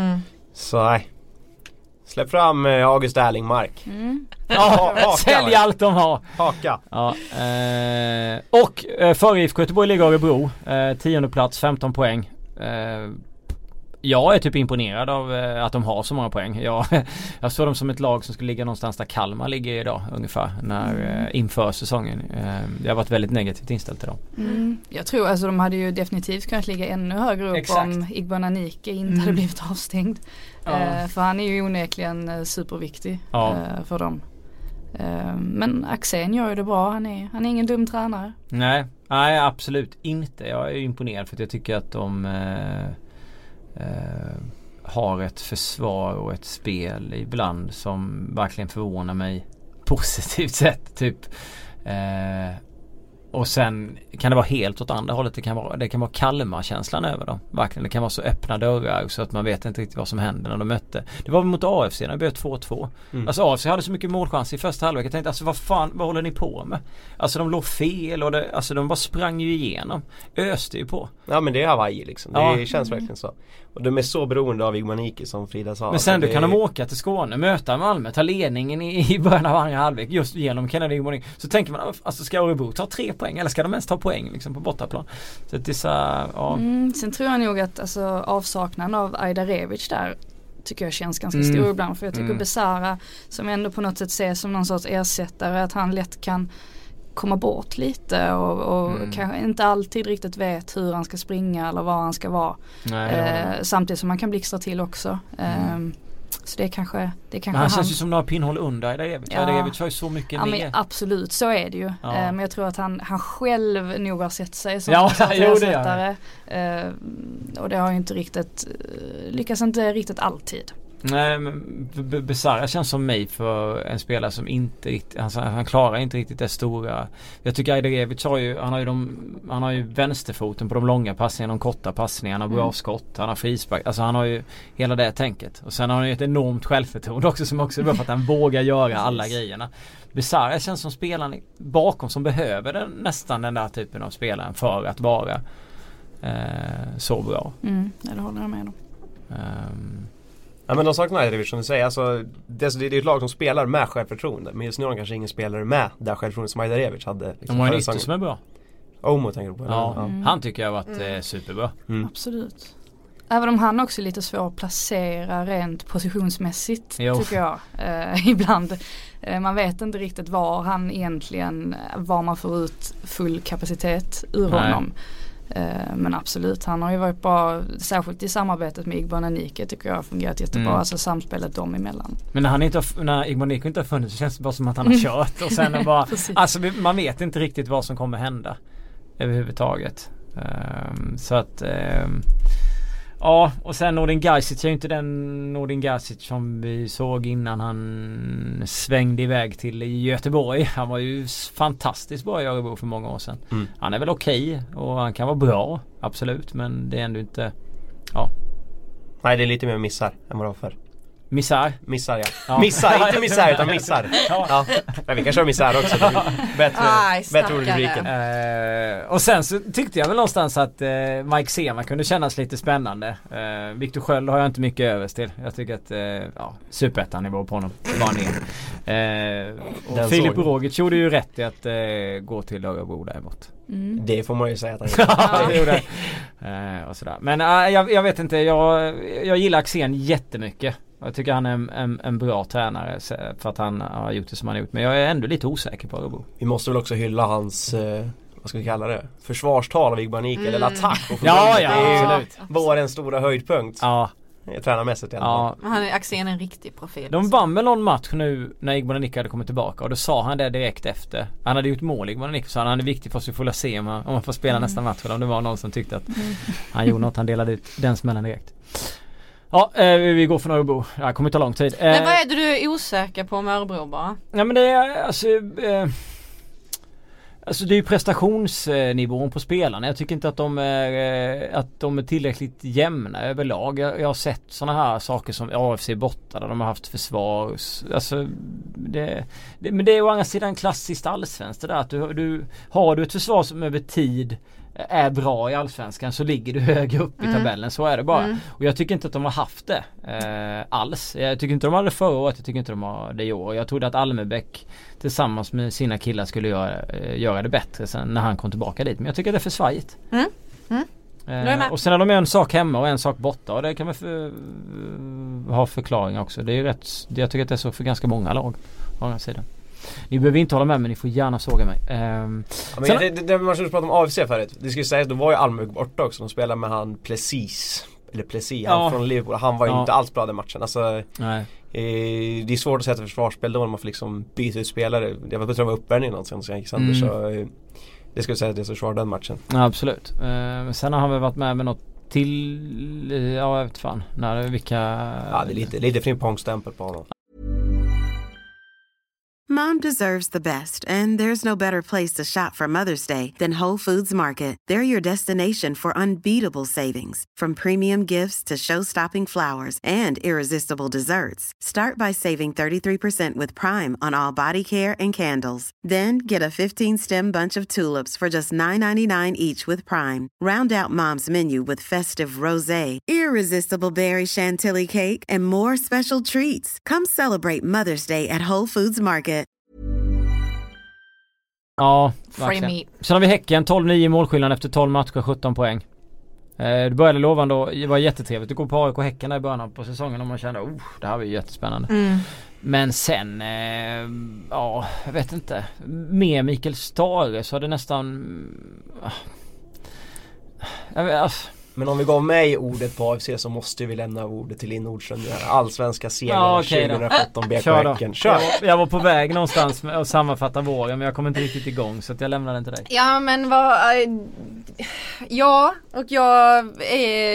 Så nej. Släpp fram August Erlingmark. Sälj allt de har. Haka. Ja, och för IFK Göteborg ligger Örebro 10:e plats, 15 poäng. Jag är typ imponerad av att de har så många poäng. Jag såg dem som ett lag som skulle ligga någonstans där Kalmar ligger idag ungefär inför säsongen. Jag har varit väldigt negativt inställd till dem. Jag tror alltså de hade ju definitivt kunnat ligga ännu högre upp. Exakt. Om Igbon Anike inte hade blivit avstängd. För han är ju onekligen superviktig för dem. Men Axén gör ju det bra. Han är ingen dum tränare. Nej, absolut inte. Jag är imponerad för att jag tycker att de har ett försvar och ett spel ibland som verkligen förvånar mig positivt sett typ. Och sen kan det vara helt åt andra hållet. Det kan vara Kalmar-känslan över dem. Verkligen. Det kan vara så öppna dörrar så att man vet inte riktigt vad som händer när de mötte. Det var mot AFC när det blev 2-2. Alltså AFC hade så mycket målchans i första halvlek. Jag tänkte alltså vad håller ni på med? Alltså de låg fel och de bara sprang ju igenom. Öste ju på. Ja, men det är Hawaii liksom. Det känns verkligen så. Och de är så beroende av Igmaniki som Frida sa. Men sen kan de åka till Skåne, möta Malmö, ta ledningen i början av andra halvlek just genom Kennedy Igmaniki. Så tänker man, alltså ska Örebro ta 3 poäng eller ska de ens ta poäng liksom på bortaplan? Så det är så, sen tror jag nog att alltså, avsaknaden av Aida Revic där tycker jag känns ganska stor ibland. För jag tycker Besara som ändå på något sätt ses som någon sorts ersättare, att han lätt kan komma bort lite och kanske inte alltid riktigt vet hur han ska springa eller var han ska vara. Samtidigt som man kan blixtra till också. Så det kanske han känns ju som några pinnhåll under Aida Revic har ju så mycket mer. Men absolut, så är det ju. Men jag tror att han själv nog har sett sig som ersättare. Och det har ju inte riktigt lyckas inte riktigt alltid. Nej, men Besara känns som mig för en spelare som inte riktigt, han klarar inte riktigt det stora. Jag tycker Ajdarevic han har ju vänsterfoten på de långa passningarna, de korta passningarna, han har bra skott, han har frispark, alltså han har ju hela det tänket. Och sen har han ju ett enormt självförtroende också som också är bra för att han vågar göra alla grejerna. Besara känns som spelaren bakom som behöver nästan den där typen av spelaren för att vara så bra. Det håller jag med om. Ja, men de saknar Ajdarevic som du säger, alltså, det är ett lag som spelar med självförtroende, men just nu har de kanske ingen spelare med det självförtroende som Ajdarevic hade. De har en ytter som är bra. Omo tänker du på? Ja. Han tycker jag har varit superbra. Absolut. Även om han också är lite svår att placera rent positionsmässigt tycker jag ibland. Man vet inte riktigt var man får ut full kapacitet ur honom. Men absolut, han har ju varit bra, särskilt i samarbetet med Igbon Anike tycker jag har fungerat jättebra, alltså samspelet dem emellan. Men när Igbon Anike inte har funnits så känns det bara som att han har kört och sen bara, alltså man vet inte riktigt vad som kommer hända överhuvudtaget. Så att ja, och sen Nordin Gajic är ju inte den Nordin Gajic som vi såg innan han svängde iväg till Göteborg. Han var ju fantastiskt bra i Örebro för många år sedan. Han är väl okej och han kan vara bra, absolut, men det är ändå inte, ja. Nej, det är lite mer missar än vad det var för. Missar, ja. Missar, inte missar utan missar. Ja. Men vi kan köra missar också. Bättre ord i rubriken. Och sen så tyckte jag väl någonstans att Mike Sema kunde kännas lite spännande. Viktor Sköld har jag inte mycket övers till. Jag tycker att superettan-nivå på honom var ner. Och Filip Rogic gjorde ju rätt i att gå till Örebro där bort. Det får man ju säga att han gjorde. Och sådär. Men jag vet inte, jag gillar Axén jättemycket. Jag tycker han är en bra tränare för att han har gjort det som han har gjort. Men jag är ändå lite osäker på Örebro. Vi måste väl också hylla hans, vad ska vi kalla det? Försvarstal av Igbon Anike eller attack. Och ja, absolut. Vårens stora höjdpunkt. Ja. Tränarmässigt i alla fall. Han är Axén en riktig profil. De vann väl någon match nu när Igbon Anike hade kommit tillbaka och då sa han det direkt efter. Han hade gjort mål, Igbon Anike, så han är viktig för oss att få se om man får spela nästa match, eller om det var någon som tyckte att han gjorde något, han delade ut den smällen direkt. Ja, vi går från Örebro. Det kommer ta lång tid. Men vad är det du är osäker på med Örebro bara? Ja, men det är alltså det är ju prestationsnivån på spelarna. Jag tycker inte att de är tillräckligt jämna överlag. Jag har sett sådana här saker som AFC borta där de har haft försvar. Alltså men det är å andra sidan klassiskt allsvenskt det där att du har ett försvar som över tid är bra i allsvenskan så ligger du högre upp i tabellen, så är det bara. Och jag tycker inte att de har haft det alls. Jag tycker inte de hade det förra året, jag tycker inte de har det i år. Jag trodde att Almebäck tillsammans med sina killar skulle göra det bättre sen när han kom tillbaka dit, men jag tycker det är för svajigt. Och sen har de en sak hemma och en sak borta, och det kan man ha förklaring också. Det är ju rätt, jag tycker att det är så för ganska många lag å andra sidan. Ni behöver inte hålla med, men ni får gärna såga mig. Men det man skulle prata om AFC förut. Det skulle säga att då var ju Almebäck borta också. De spelade med han Plessis han från Liverpool. Han var ju inte alls bra den matchen. Alltså, det är svårt att sätta försvarsspel då. Man får liksom byta ut spelare. Jag var på att det var uppvärmning någonstans. Så det skulle säga att det är så svårt den matchen. Ja, absolut. Sen har han väl varit med något till. Ja, jag vet fan. Vilka. Ja, det är lite frimpongstämpel på honom. Mom deserves the best, and there's no better place to shop for Mother's Day than Whole Foods Market. They're your destination for unbeatable savings, from premium gifts to show-stopping flowers and irresistible desserts. Start by saving 33% with Prime on all body care and candles. Then get a 15-stem bunch of tulips for just $9.99 each with Prime. Round out Mom's menu with festive rosé, irresistible berry chantilly cake, and more special treats. Come celebrate Mother's Day at Whole Foods Market. Ja, verkligen. Sen har vi Häcken, 12-9 målskillnad efter 12 matcher, 17 poäng. Det började lovande och det var jättetrevligt att gå på AIK Häcken i början på säsongen och man kände, det här var ju jättespännande. Men sen, jag vet inte. Med Mikael Stare så hade nästan... Men om vi gav mig ordet på AFC så måste vi lämna ordet till Linn Nordström. Allsvenska segern 2017 BK Häcken. Kör. Jag var på väg någonstans med att sammanfatta våren, men jag kom inte riktigt igång så att jag lämnar den till dig. Ja, men jag är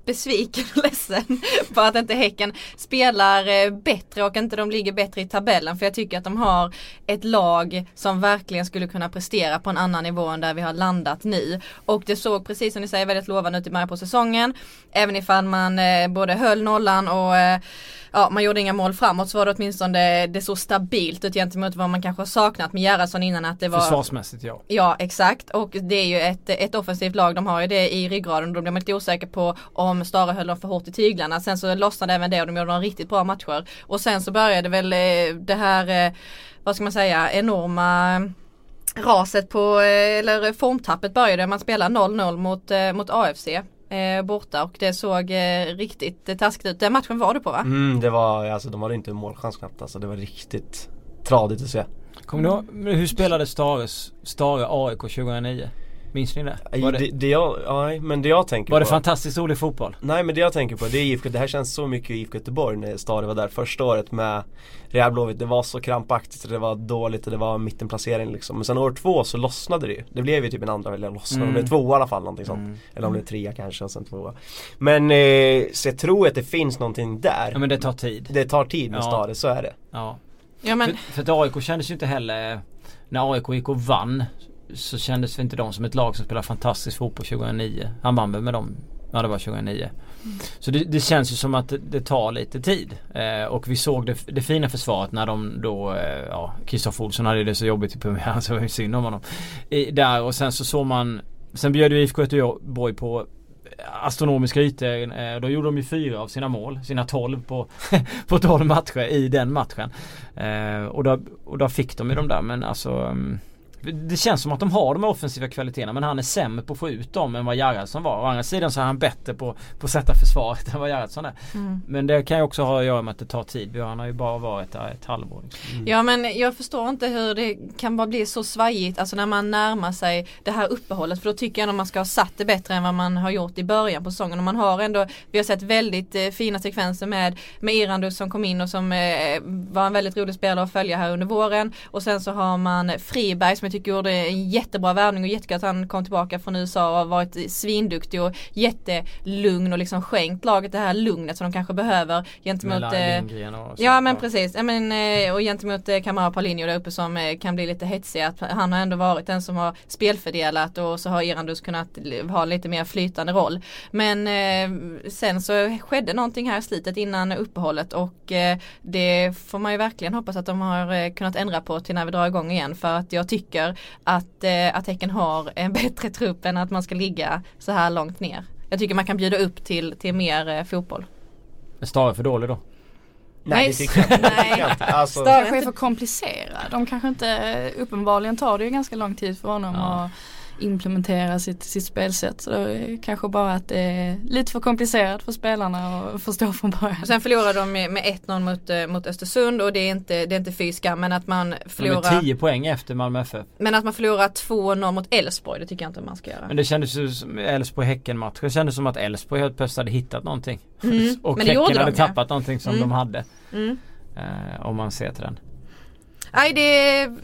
besviken och ledsen på att inte Häcken spelar bättre och inte de ligger bättre i tabellen, för jag tycker att de har ett lag som verkligen skulle kunna prestera på en annan nivå än där vi har landat nu, och det såg precis som ni säger väldigt lovande ut i början på säsongen, även ifall man både höll nollan och man gjorde inga mål framåt, så var det åtminstone det så stabilt ut gentemot vad man kanske har saknat med Gerhardsson innan, att det var försvarsmässigt, ja. Ja, exakt, och det är ju ett offensivt lag, de har ju det i ryggraden, och då blir man lite osäker på om Stare höll dem för hårt i tyglarna. Sen så lossnade även det och de gjorde några riktigt bra matcher, och sen så började väl det här vad ska man säga, enorma raset på, eller formtappet började, man spelar 0-0 mot AFC borta, och det såg riktigt taskigt ut. Den matchen var det på, va? Det var, alltså de hade inte en målchans knappt, alltså det var riktigt tradigt att se. Kommer du ihåg, hur spelade Stare AIK 2009? Minns ni det? Men det jag tänker på... Var det fantastiskt rolig fotboll? Nej, men det jag tänker på, det är IFK, det här känns så mycket IFK Göteborg när Stare var där första året med Real Blåvitt. Det var så krampaktigt, det var dåligt och det var mittenplacering liksom. Men sen år 2 så lossnade det ju. Det blev ju typ en andra eller lossnade. Det blev 2 i alla fall, någonting sånt. Eller om det blev 3 kanske och sen 2. Men så jag tror att det finns någonting där. Ja, men det tar tid. Det tar tid med Stare, så är det. Ja. Ja, men... För att AIK kändes ju inte heller, när AIK gick och vann, så kändes inte de som ett lag som spelar fantastisk fotboll 2009. Han vann med dem, ja det var 2009. Så det känns ju som att det tar lite tid. Och vi såg det fina försvaret när de då, Kristoffer Olsson hade det så jobbigt i premiären, så var det synd om honom. Där, och sen så såg man, sen bjöd ju IFK Göteborg på astronomiska ytor. Då gjorde de ju 4 av sina mål, sina 12 på 12 matcher i den matchen. Och då fick de ju de där, men alltså... Det känns som att de har de offensiva kvaliteterna, men han är sämre på att få ut dem än vad Gerhardsson var. Å andra sidan så är han bättre på att sätta försvaret än vad Gerhardsson är. Men det kan ju också ha att göra med att det tar tid. Han har ju bara varit ett halvår. Ja, men jag förstår inte hur det kan bara bli så svajigt, alltså när man närmar sig det här uppehållet, för då tycker jag att man ska ha satt det bättre än vad man har gjort i början på säsongen. Och man har ändå, vi har sett väldigt fina sekvenser med Irandus som kom in och som var en väldigt rolig spelare att följa här under våren, och sen så har man Friberg som jag tycker gjorde en jättebra värvning, och jättekul att han kom tillbaka från USA och har varit svinduktig och jättelugn och liksom skänkt laget det här lugnet som de kanske behöver gentemot precis. Och gentemot Kamara Paulinho där uppe som kan bli lite hetsig, att han har ändå varit den som har spelfördelat, och så har Irandus kunnat ha lite mer flytande roll. Men sen så skedde någonting här i slutet innan uppehållet, och det får man ju verkligen hoppas att de har kunnat ändra på till när vi drar igång igen, för att jag tycker att Häcken har en bättre trupp än att man ska ligga så här långt ner. Jag tycker man kan bjuda upp till mer fotboll. Men Stare för dålig då? Nej, det tycker jag inte. Alltså, Stare är för komplicerad. De kanske inte, uppenbarligen tar det ju ganska lång tid för honom att implementera sitt spelsätt, så det är kanske bara att det är lite för komplicerat för spelarna att förstå från början. Och sen förlorar de med 1-0 mot Östersund, och det är inte fyska, men att man förlorar... De är 10 poäng efter Malmö FF. Men att man förlorar 2-0 mot Elfsborg, det tycker jag inte man ska göra. Men det kändes ju som Elfsborg-Häcken-match. Det kändes som att Elfsborg helt plötsligt hade hittat någonting. Och men Häcken hade tappat någonting som de hade. Om man ser till den. Nej, det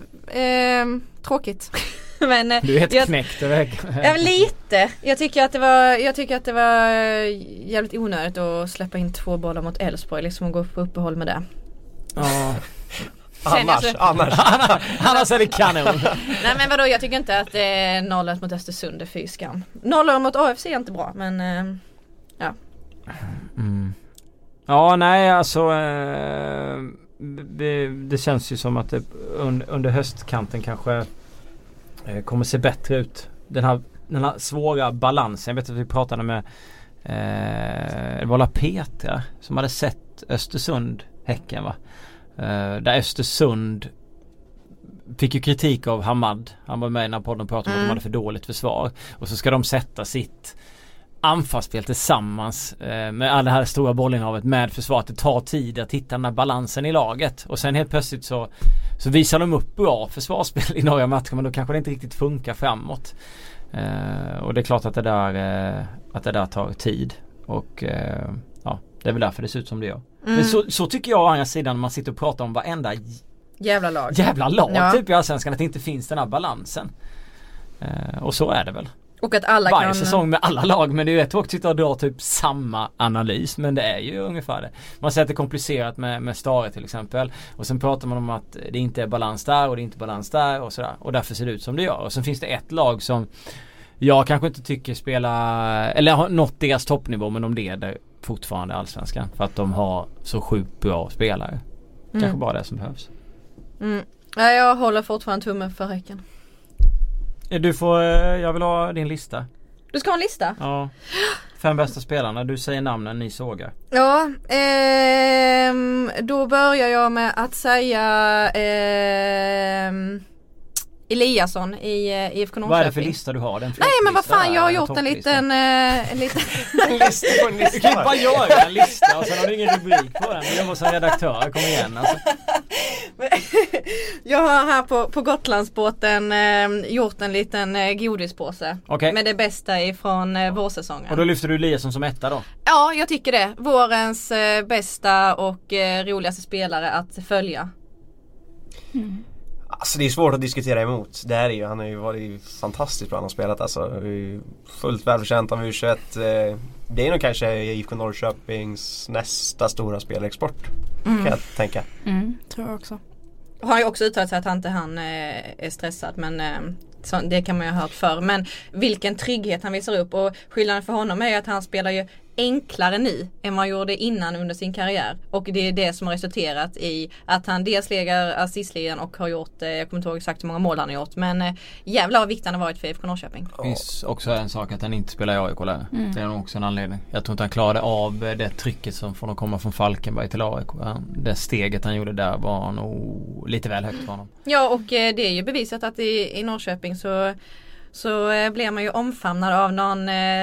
är tråkigt. Men, du är helt knäckt iväg. Ja, lite. Jag tycker att det var jävligt onödigt att släppa in 2 bollar mot Elfsborg, liksom, och gå upp på uppehåll med det. Ja. Annars är det kanon. Nej, men vadå, jag tycker inte att 0-1 mot Östersund är fy skam. 0-1 mot AFC är inte bra, men ja. Ja, nej, alltså det känns ju som att det under höstkanten kanske kommer se bättre ut. Den här svåra balansen. Jag vet att vi pratade med det var Petra som hade sett Östersund Häcken, va? Där Östersund fick ju kritik av Hamad. Han var med i den här podden och pratade om att de hade för dåligt försvar. Och så ska de sätta sitt anfallsspel tillsammans med alla det här stora bollinnehavet med försvar. Det tar tid att hitta den här balansen i laget. Och sen helt plötsligt så visar de upp bra försvarsspel i några matcher, men då kanske det inte riktigt funkar framåt. Och det är klart att det där tar tid. Och det är väl därför det ser ut som det gör. Men så tycker jag å andra sidan när man sitter och pratar om varenda jävla lag ja. typ i Allsvenskan, att det inte finns den här balansen. Och så är det väl. Och att alla varje kan... säsong med alla lag, men det är ju ett tråkigt att sitta och dra typ samma analys, men det är ju ungefär det. Man säger att det är komplicerat med Stare till exempel, och sen pratar man om att det inte är balans där och det är inte balans där och sådär, och därför ser det ut som det gör. Och sen finns det ett lag som jag kanske inte tycker spelar eller har nått deras toppnivå, men de leder fortfarande Allsvenskan för att de har så sjukt bra spelare. Kanske bara det som behövs. Ja, jag håller fortfarande tummen för Häcken. Jag vill ha din lista. Du ska ha en lista? Ja. 5 bästa spelarna, du säger namnen ni sågar. Ja, då börjar jag med att säga Eliasson i IFK Norrköping. Vad är det för lista du har? Nej men vad fan, jag har gjort en liten Du kan ju bara göra en lista och sen har du ingen rubrik på den. Jag var som redaktör, kom igen alltså. Jag har här på Gotlandsbåten gjort en liten godispåse med det bästa ifrån vårsäsongen. Och då lyfter du Eliasson som etta då? Ja, jag tycker det. Vårens bästa och roligaste spelare att följa. Alltså det är svårt att diskutera emot. Det här är ju, han har ju varit fantastiskt bra när han spelat alltså. Fullt välförtjänt av U21. Det är nog kanske IFK Norrköpings nästa stora spelarexport. Kan jag tänka. Tror jag också. Har ju också uttalat sig att han är stressad, men det kan man ju ha hört förr. Men vilken trygghet han visar upp, och skillnaden för honom är att han spelar ju enklare nu än vad han gjorde innan under sin karriär, och det är det som har resulterat i att han dels lägger assistligan och har gjort, jag kommer inte ihåg exakt hur många mål han har gjort, men jävlar vad viktigt han har varit för IFK Norrköping. Det finns också en sak att han inte spelar i AIK där. Det är nog också en anledning. Jag tror inte han klarade av det trycket som får komma från Falkenberg till AIK. Det steget han gjorde där var nog lite väl högt för honom. Ja, och det är ju bevisat att i Norrköping så blir man ju omfamnad av någon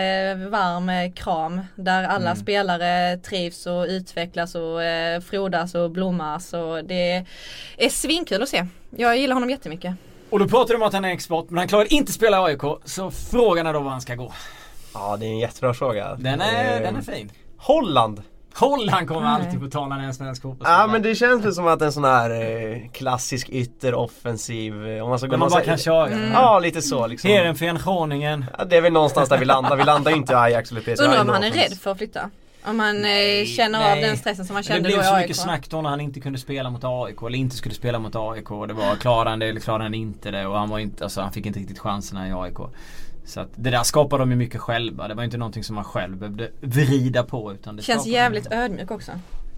varm kram där alla spelare trivs och utvecklas och frodas och blommas, och det är svinkul att se. Jag gillar honom jättemycket. Och då pratar du om att han är export, men han klarar inte spela i AIK, så frågan är då var han ska gå. Ja, det är en jättebra fråga. Den är fin. Holland kommer alltid på tal när det är en svensk fotboll. Ja, men det känns som att en sån här klassisk ytteroffensiv, om man ska gå, man bara kan köra. Ja, lite så liksom. Heerenveen. Ja, det är väl någonstans där vi landar. Vi landar ju inte i Ajax eller PSG. Undrar om han är rädd för att flytta. Om man känner av den stressen som man kände då i AIK. Det blev så mycket snack då när han inte kunde spela mot AIK eller inte skulle spela mot AIK. Det var klarar han det eller klarar han inte det, och han var inte, alltså han fick inte riktigt chanserna i AIK. Så att det där skapade de ju mycket själva. Det var inte någonting som man själv behövde vrida på, utan det känns jävligt ödmjuk också.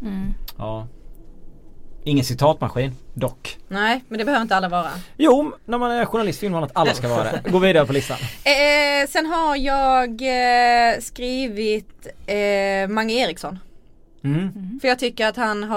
Ja. Ingen citatmaskin, dock. Nej, men det behöver inte alla vara. Jo, när man är journalist vill man att alla ska vara det. Gå vidare på listan. Sen har jag skrivit Mange Eriksson. För jag tycker att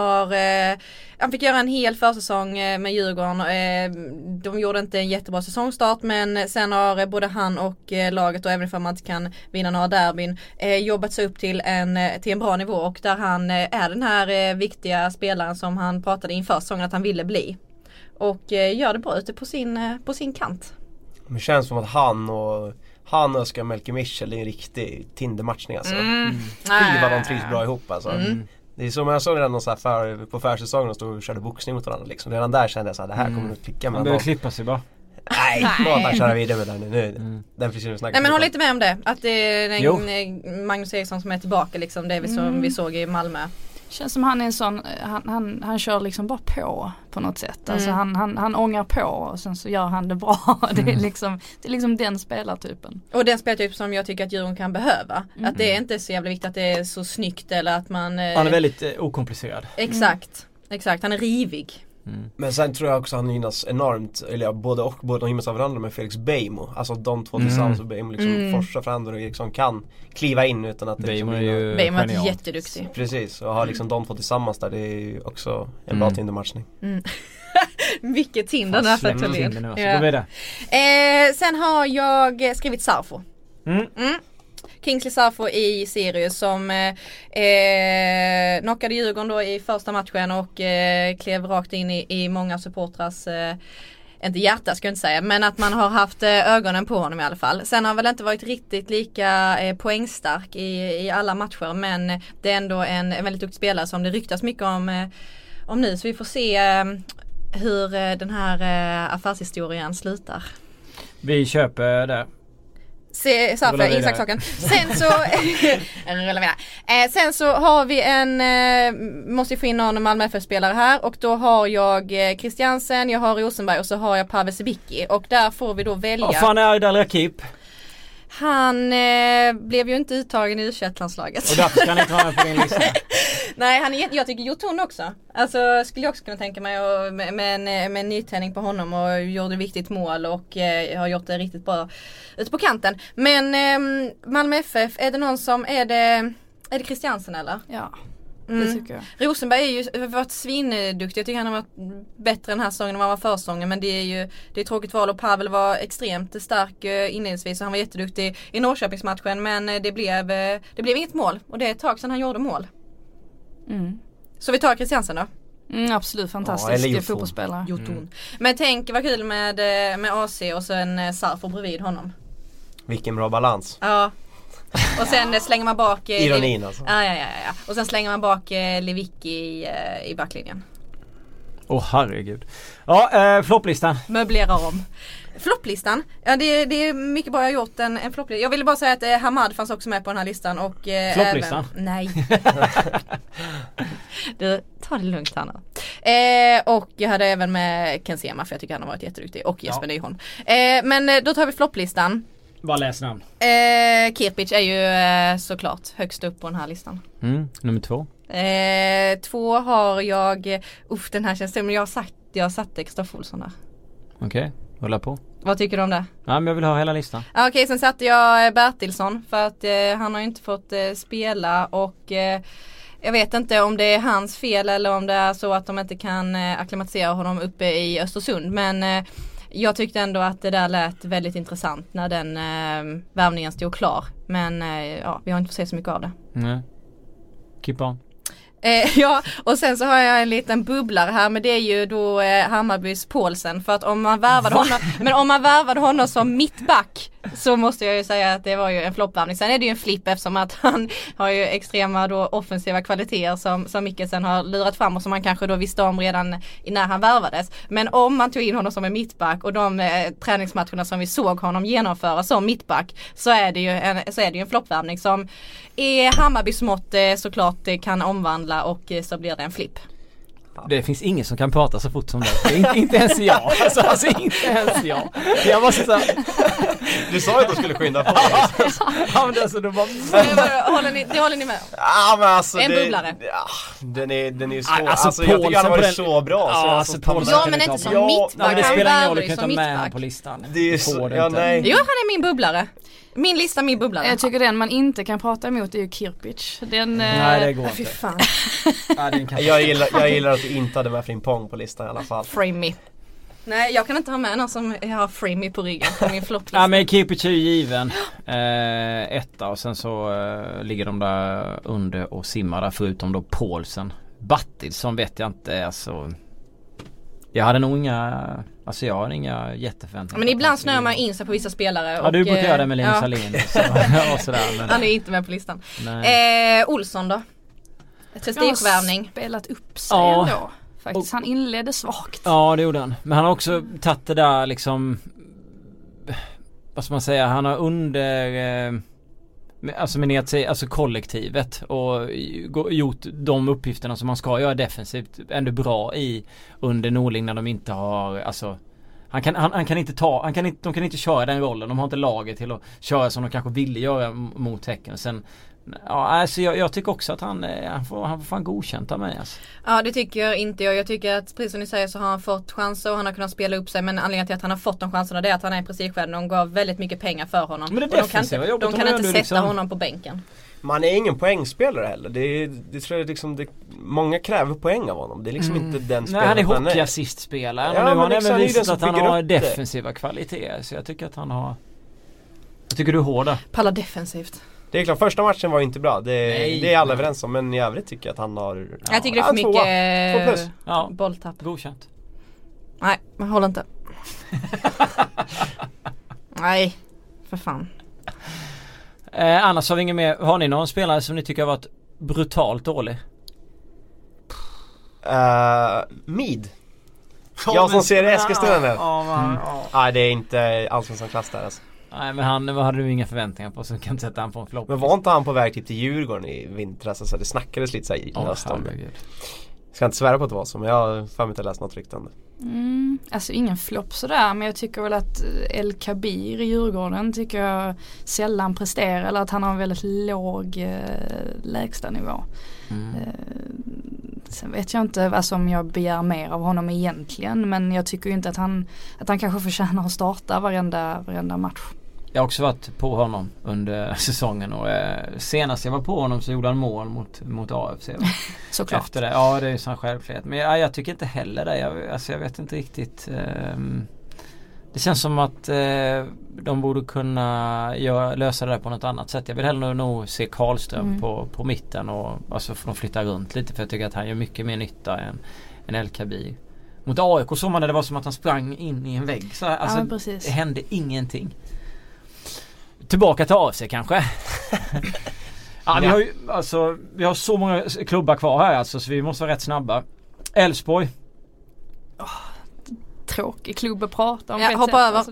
han fick göra en hel försäsong med Djurgården. De gjorde inte en jättebra säsongstart, men sen har både han och laget, och även om man inte kan vinna några derbyn, jobbat sig upp till en bra nivå, och där han är den här viktiga spelaren som han pratade inför säsongen att han ville bli, och gör det bra ute på sin kant. Det känns som att han och Oskar Melke Michel är en riktig Tinder-matchning alltså. Fy vad de trivs bra ihop alltså. Det är som jag såg redan så här på försäsongen och stod och körde boxning mot varandra liksom. Redan där kände jag så här, det här kommer att klicka. Man behöver klippa sig bara. Nej, bara köra vidare med den nu. Den frisyren snackar. Nej, men håll lite med om det. Att det är Magnus Eriksson som är tillbaka liksom, det som vi såg i Malmö. Känns som han är en sån, han kör liksom bara på något sätt. Alltså han ångar på och sen så gör han det bra. Det är liksom den spelartypen. Och den spelartyp som jag tycker att Djurgården kan behöva. Att det är inte så jävla viktigt att det är så snyggt eller att man... Han är väldigt okomplicerad. Exakt, han är rivig. Men sen tror jag också han gynnas enormt, eller både de gynnas av varandra med Felix Beijmo. Alltså de två tillsammans, och Beijmo liksom forsar fram och Eriksson kan kliva in utan att Beijmo är jätteduktig. Precis, och har liksom de två tillsammans där, det är ju också en bra Tinder-matchning. Mycket Tinder där för sen har jag skrivit Sarfo. Kingsley Sarfo i Sirius som knockade Djurgården då i första matchen och klev rakt in i många supportrars inte hjärta ska jag inte säga, men att man har haft ögonen på honom i alla fall. Sen har han väl inte varit riktigt lika poängstark i alla matcher, men det är ändå en väldigt duktig spelare som det ryktas mycket om nu, så vi får se hur den här affärshistorien slutar. Vi köper det. Isaksaken. Sen så sen så har vi måste få in någon Malmö FF-spelare här, och då har jag Christiansen, jag har Rosenberg och så har jag Pavel Sibicki, och där får vi då välja. Vad fan är Aydal Rakip? Han blev ju inte uttagen i U21-landslaget. Och därför kan han inte vara med på din lista. Nej, jag tycker Jotun också. Alltså skulle jag också kunna tänka mig med en nytändning på honom, och gjorde viktigt mål och har gjort det riktigt bra ute på kanten. Men Malmö FF, är det någon som är det Christiansen eller? Ja. Det tycker jag. Rosenberg är ju varit svinduktig. Jag tycker han har varit bättre den här säsongen än vad han var försäsongen. Men det är ett tråkigt val, och Pavel var extremt stark inledningsvis. Och han var jätteduktig i Norrköpingsmatchen. Men det blev inget mål. Och det är ett tag sedan han gjorde mål. Så vi tar Christiansen då. Absolut, fantastisk fotbollsspelare. Men tänk vad kul med AC och sen Sarfo bredvid honom. Vilken bra balans. Ja. Och sen slänger man bak ironin alltså. Ja. Och sen slänger man bak Lewicki i backlinjen. Herregud. Ja, flopplistan. Möblera om. Flopplistan. Ja, det är mycket bra jag har gjort en flopplista. Jag ville bara säga att Hamad fanns också med på den här listan, och flopplistan. Nej. Du tar det lugnt här nu. Och jag hade även med Ken Sema, för jag tycker han har varit jätteduktig, och Jesper Nyholm. Men då tar vi flopplistan. Vad läser namn? Kirpic är ju såklart högst upp på den här listan. Nummer 2. 2 har jag, den här känns det, men jag satte Kristoffer Olsson där. Okej, hålla på. Vad tycker du om det? Ja, men jag vill ha hela listan. Okej, sen satte jag Bertilsson, för att han har ju inte fått spela, och jag vet inte om det är hans fel eller om det är så att de inte kan akklimatisera honom uppe i Östersund, men jag tyckte ändå att det där lät väldigt intressant när den värvningen stod klar. Men vi har inte fått se så mycket av det. Nej. Keep on. Ja, och sen så har jag en liten bubblare här, men det är ju då Hammarbys Paulsen, för att om man värvade honom som mittback, så måste jag ju säga att det var ju en floppvärvning. Sen är det ju en flipp, eftersom att han har ju extrema då offensiva kvaliteter som Mikkelsen har lurat fram, och som man kanske då visste om redan när han värvades. Men om man tog in honom som en mittback, och de träningsmatcherna som vi såg honom genomföra som mittback, så är det ju en floppvärvning som är Hammarbys mått såklart kan omvandla, och så blir det en flipp. Det finns ingen som kan prata så fort som det. Inte ens jag. Alltså inte ens jag. Jag måste så... Du sa ju att du skulle skynda på. Ja, men alltså det var... håller ni med? Ja, men alltså en bubblare. Ja, den är ju så... Alltså jag tycker han har varit så bra. Ja, men inte som mittback. Men det spelar ingen roll, du kan som ta med mittback på listan. Det är så... Nej. Jo, han är min bubblare. Min lista, min bubblare. Jag tycker den man inte kan prata emot är ju Kirpic. Nej, det går inte. Fy fan. Jag gillar att du inte hade med Frimpong på listan i alla fall. Frame me. Nej, jag kan inte ha med någon som har Frame me på ryggen på min flopplista. Ja, men Kirpic är ju given. Etta, och sen så ligger de där under och simmar där, förutom då Paulsen. Bertilsson vet jag inte, alltså... Jag hade nog inga jätteförväntningar. Men ibland snöar man in sig på vissa spelare. Ja, du brukar göra det med Linus Salin. Och sådär, men... Han är inte med på listan. Olsson då? Prestigevärvning. Spelat upp sig ändå. Faktiskt, han inledde svagt. Ja, det gjorde han. Men han har också tagit det där liksom... Vad ska man säga? Han har alltså kollektivet, och gjort de uppgifterna som man ska göra defensivt ändå bra under Norling, när de inte har, alltså de kan inte köra den rollen. De har inte laget till att köra som de kanske ville göra mot Häcken. Sen alltså jag tycker också att han får fan godkänt av mig alltså. Ja, det tycker jag inte. Jag tycker att precis som ni säger så har han fått chanser och han har kunnat spela upp sig, men anledningen till att han har fått de chanserna är att han är prestigevärd. De gav väldigt mycket pengar för honom. Men de kan inte sätta liksom... honom på bänken. Man är ingen poängspelare heller. Det tror jag liksom många kräver poäng av honom. det är liksom inte den spelaren. Nej, han är hockeyassistspelare. Ja, och nu har han liksom, även visat att han har defensiva kvaliteter. Så jag tycker att han har... Jag tycker du är hårda. Pallar defensivt. Det är klart, första matchen var inte bra. Det är alla överens om. Men i övrigt tycker jag att han har... Jag tycker det är för mycket bolltapp. Godkänt. Nej, man håller inte. Nej, för fan. Annars har vi ingen mer. Har ni någon spelare som ni tycker har varit brutalt dålig? Mid. Jag som ser Eskilstuna nu. Nej, det är inte allsvenskan klass där alltså. Nej, men han hade du inga förväntningar på, så kan inte sätta han på en flopp. Men var inte han på väg typ till Djurgården i vintras? Alltså, det snackades lite så här i höstan. Jag ska inte svära på att det var så, men jag har fan inte läst något ryktande. Alltså ingen flopp sådär, men jag tycker väl att El Kabir i Djurgården tycker jag sällan presterar, eller att han har en väldigt låg lägsta nivå. Sen vet jag inte vad som jag begär mer av honom egentligen, men jag tycker ju inte att han kanske förtjänar att starta varenda match. Jag har också varit på honom under säsongen, och senast jag var på honom så gjorde han mål mot AFC. Såklart. Efter det. Ja, det är ju sån självklarhet. Men jag tycker inte heller det. Jag vet inte riktigt. Det känns som att de borde kunna lösa det där på något annat sätt. Jag vill hellre nog se Karlström på mitten, och alltså får de flytta runt lite, för jag tycker att han gör mycket mer nytta än El Kabir. Mot AIK såg man det var som att han sprang in i en vägg. Så, alltså, det hände ingenting. Tillbaka till AFC kanske. Vi har så många klubbar kvar här, alltså, så vi måste vara rätt snabba. Elfsborg. Tråkig klubb att prata om. Ja, hoppa över.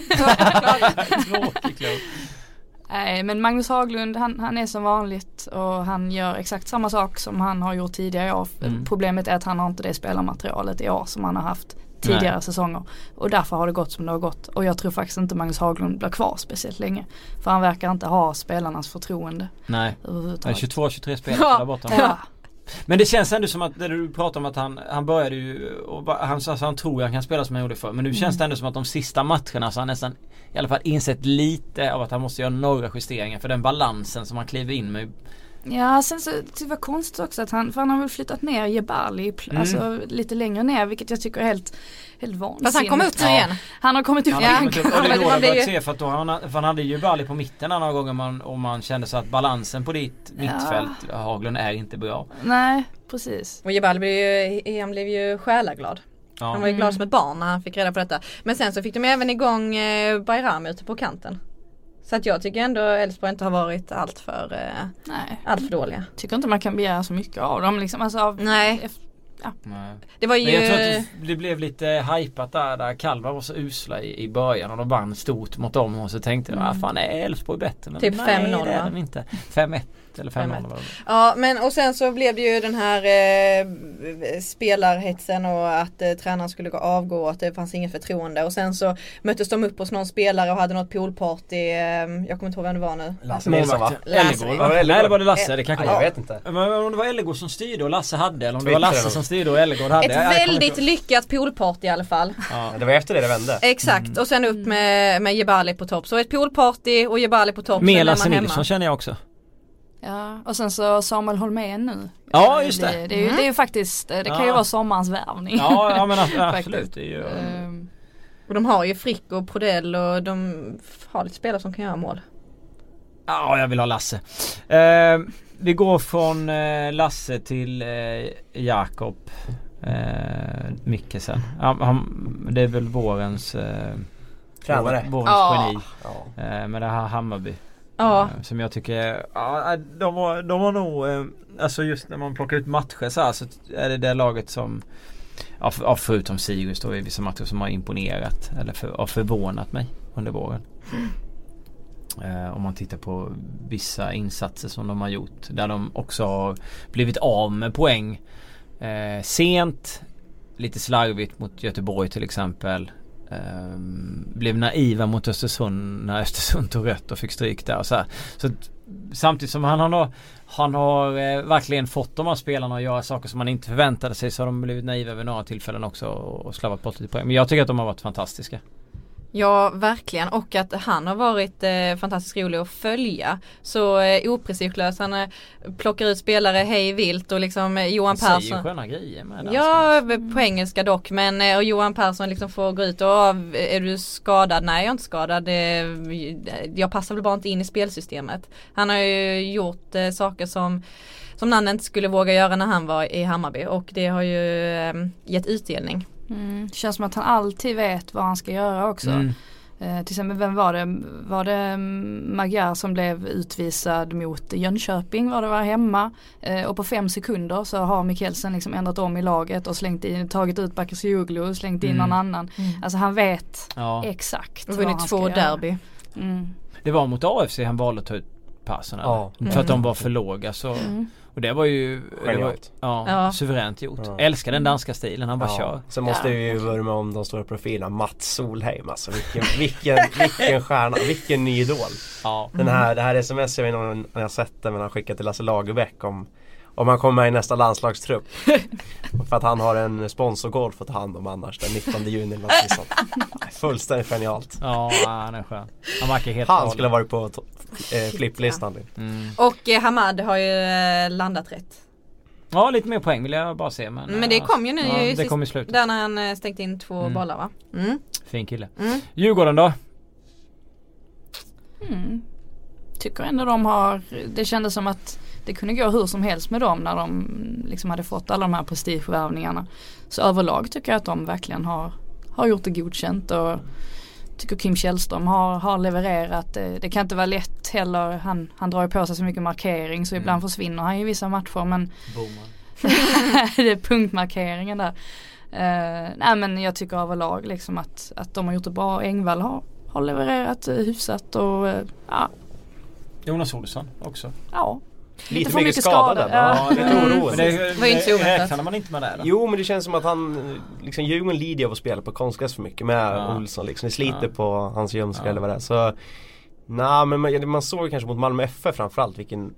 Tråkig klubb. Nej, men Magnus Haglund, han är som vanligt, och han gör exakt samma sak som han har gjort tidigare i år. Problemet är att han har inte det spelarmaterialet i år som han har haft tidigare säsonger, och därför har det gått som det har gått, och jag tror faktiskt inte Magnus Haglund blir kvar speciellt länge, för han verkar inte ha spelarnas förtroende. Nej, 22-23 spelare där borta. Ja. Men det känns ändå som att när du pratar om att han började ju, och han tror han kan spela som han gjorde förr, men nu känns det ändå som att de sista matcherna så har han nästan i alla fall insett lite av att han måste göra några justeringar för den balansen som han kliver in med. Ja, sen så det var konstigt också att han har väl flyttat ner Jebali alltså lite längre ner, vilket jag tycker är helt vansinnigt. Fast han kom ut igen. Han har kommit ut. Och det är då det se, för att han hade Jebali på mitten några gånger, och man kände så att balansen på ditt mittfält Haglund är inte bra. Nej, precis. Och Jebali blev ju själaglad. Ja. Han var ju glad som ett barn när han fick reda på detta. Men sen så fick de även igång Bayram ute på kanten. Så att jag tycker ändå Elfsborg inte har varit allt för dåliga. Tycker inte man kan begära så mycket av dem liksom, alltså nej. Nej. Det var ju... Men jag tror att det blev lite hypat där Kalmar var så usla i början, och de vann stort mot dem, och så tänkte jag, fan är Elfsborg bättre? Men typ 5-0, det är de inte. 5-1 eller 5-0. Ja, men och sen så blev det ju den här spelarhetsen, och att tränaren skulle avgå, och att det fanns inget förtroende, och sen så möttes de upp hos någon spelare och hade något poolparty. Jag kommer inte ihåg vem det var nu. Lasse Nilsson, va? Ellegård. Nej, det var det Lasse, det kanske jag vet inte. Men om det var Ellegård som styrde och Lasse hade, eller om det var Lasse som styrde och Ellegård hade. Ett väldigt lyckat poolparty i alla fall. Ja, det var efter det vände. Exakt, och sen upp med Jebali på topp. Så ett poolparty och Jebali på topp. Med Lasse Nilsson känner jag också. Ja, och sen så Samuel Holmén nu. Ja, just det. Det är ju faktiskt, det kan ju vara sommarens värvning. Ja, men absolut. Det är ju... Och de har ju Frick och Prodell, och de har lite spelare som kan göra mål. Ja, jag vill ha Lasse. Vi går från Lasse till Jakob Mikkelsen. Det är väl vårens tränare. Vårens geni. Med det här Hammarby. Som jag tycker de var nog alltså just när man plockar ut matcher så är det laget som förutom Sirius då i vissa matcher som har imponerat eller har förvånat mig under våren. Om man tittar på vissa insatser som de har gjort där de också har blivit av med poäng sent, lite slarvigt mot Göteborg till exempel. Blev naiva mot Östersund när Östersund tog rött och fick stryk där och så här. Så samtidigt som han har verkligen fått de här spelarna att göra saker som man inte förväntade sig, så har de blivit naiva vid några tillfällen också och slavat bort lite poäng. Men jag tycker att de har varit fantastiska. Ja, verkligen. Och att han har varit fantastiskt rolig att följa. Så oprecislös. Han plockar ut spelare hej vilt och liksom Johan Persson. Säger sköna grejer med ja, på engelska dock. Men och Johan Persson liksom får gå ut och är du skadad? Nej, jag är inte skadad. Jag passar väl bara inte in i spelsystemet. Han har ju gjort saker som Nanne inte skulle våga göra när han var i Hammarby. Och det har ju gett utdelning. Det känns som att han alltid vet vad han ska göra också. Till exempel, vem var det? Var det Magyar som blev utvisad mot Jönköping? Var det var hemma? Och på 5 sekunder så har Mikkelsen liksom ändrat om i laget och tagit ut Bakircioglu och slängt in någon annan. Alltså han vet exakt och vunnit 2 derby. Det var mot AFC han valde att ta ut passen. Ja. För att de var för låga. Så. Och det var ju suveränt gjort. Älskar den danska stilen, han bara kör. Sen måste vi ju vurma om de stora profilerna. Mats Solheim, alltså vilken stjärna, vilken ny idol. Ja. Det här sms, jag vet inte när jag sett det, men han skickade till Lasse Lagerbäck om han kommer med i nästa landslagstrupp. För att han har en sponsorgolf att ta hand om annars den 19 juni. Fullständigt genialt. Ja, han är skön. Han verkar helt Han skulle ha varit på flipplistan. Och Hamad har ju landat rätt. Ja, lite mer poäng vill jag bara se. Men det kom ju nu det kom i slutet. Där när han stängt in 2 bollar, va? Fin kille. Djurgården då? Tycker ändå de har, det kändes som att det kunde gå hur som helst med dem när de liksom hade fått alla de här prestigevärvningarna. Så överlag tycker jag att de verkligen har gjort det godkänt, och tycker Kim Källström har levererat. Det kan inte vara lätt heller. Han drar ju på sig så mycket markering, så ibland försvinner han i vissa matcher, men det är punktmarkeringen där. Nej, men jag tycker överlag liksom att de har gjort det bra. Engvall har levererat hyfsat, och Jonas Olsson också. Ja. Lite för mycket skadade. Ja, lite orolig. Det var ju inte så oväntat. Räknar man inte med det då? Jo, men det känns som att han liksom, Djurgården lider av att spela på konstgräs för mycket med Olsson liksom. Det sliter på hans ljumskar eller vad det är. Så men man såg kanske mot Malmö FF framförallt vilken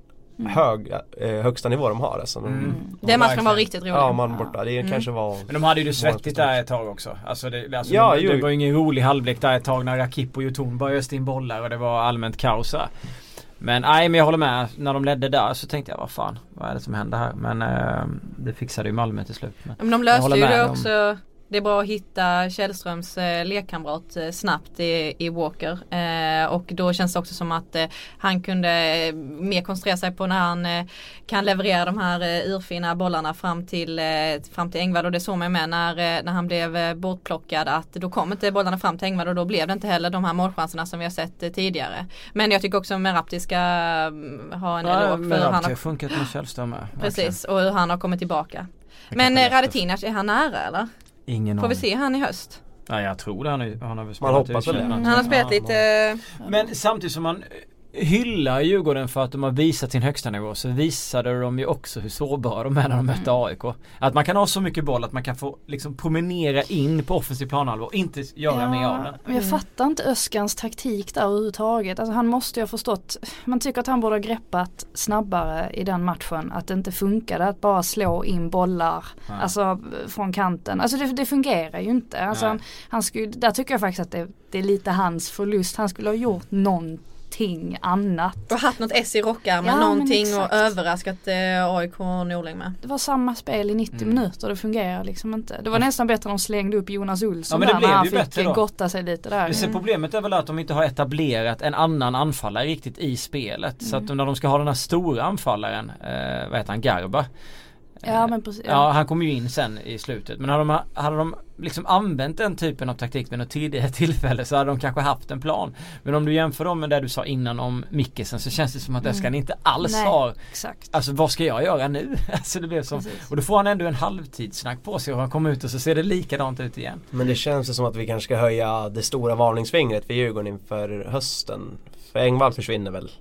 högsta nivå de har alltså. Den matchen var riktigt rolig. Ja, man borta. Det kanske var. Men de hade ju det svettigt där ett tag också. Alltså det var ju ingen rolig halvlek där ett tag när Rakip och Jotun bara öste in bollar och det var allmänt kaos där. Men jag håller med. När de ledde där så tänkte jag, vad är det som händer här? Men det fixade ju Malmö till slut. Men de löste ju det också. Det är bra att hitta Källströms lekkamrat snabbt i Walker. Och då känns det också som att han kunde mer koncentrera sig på när han kan leverera de här urfina bollarna fram till Engvall. Och det såg man med när han blev bortplockad, att då kom inte bollarna fram till Engvall, och då blev det inte heller de här målchanserna som vi har sett tidigare. Men jag tycker också att Merabti ska ha en eloge för han har funkat med Källström med. Precis, och hur han har kommit tillbaka. Men Radetinac, är han nära eller? Ingen får vi se han i höst? Ja, jag tror det. Han har väl spelat. Man hoppas väl det. Han har spelat lite. Men samtidigt som man hyllar Djurgården för att de har visat sin högsta nivå, så visade de ju också hur sårbara de är när de mötte AIK. Att man kan ha så mycket boll att man kan få liksom promenera in på offensiv planhalva och inte göra mer av den. Men jag fattar inte Öskans taktik där överhuvudtaget. Alltså han måste ju ha förstått. Man tycker att han borde ha greppat snabbare i den matchen. Att det inte funkade att bara slå in bollar alltså från kanten. Alltså det fungerar ju inte. Alltså han skulle, där tycker jag faktiskt att det är lite hans förlust. Han skulle ha gjort någonting annat. Och haft något S i rockärmen, någonting och överraskat AIK Norling med. Det var samma spel i 90 minuter, det fungerar liksom inte. Det var nästan bättre att de slängde upp Jonas Olsson där när han fick gotta sig lite där. Problemet är väl att de inte har etablerat en annan anfallare riktigt i spelet. Så att när de ska ha den här stora anfallaren, vad heter han, Garba? Ja, men precis. Ja, han kom ju in sen i slutet. Men hade de liksom använt den typen av taktik vid något tidigare tillfälle, så hade de kanske haft en plan. Men om du jämför dem med det du sa innan om Mikkesen, så känns det som att Öskan inte alls har. Exakt. Alltså vad ska jag göra nu? Alltså det blev som, och då får han ändå en halvtidssnack på sig och han kommer ut och så ser det likadant ut igen. Men det känns som att vi kanske ska höja det stora varningsfingret för Djurgården inför hösten. För Engvall försvinner väl?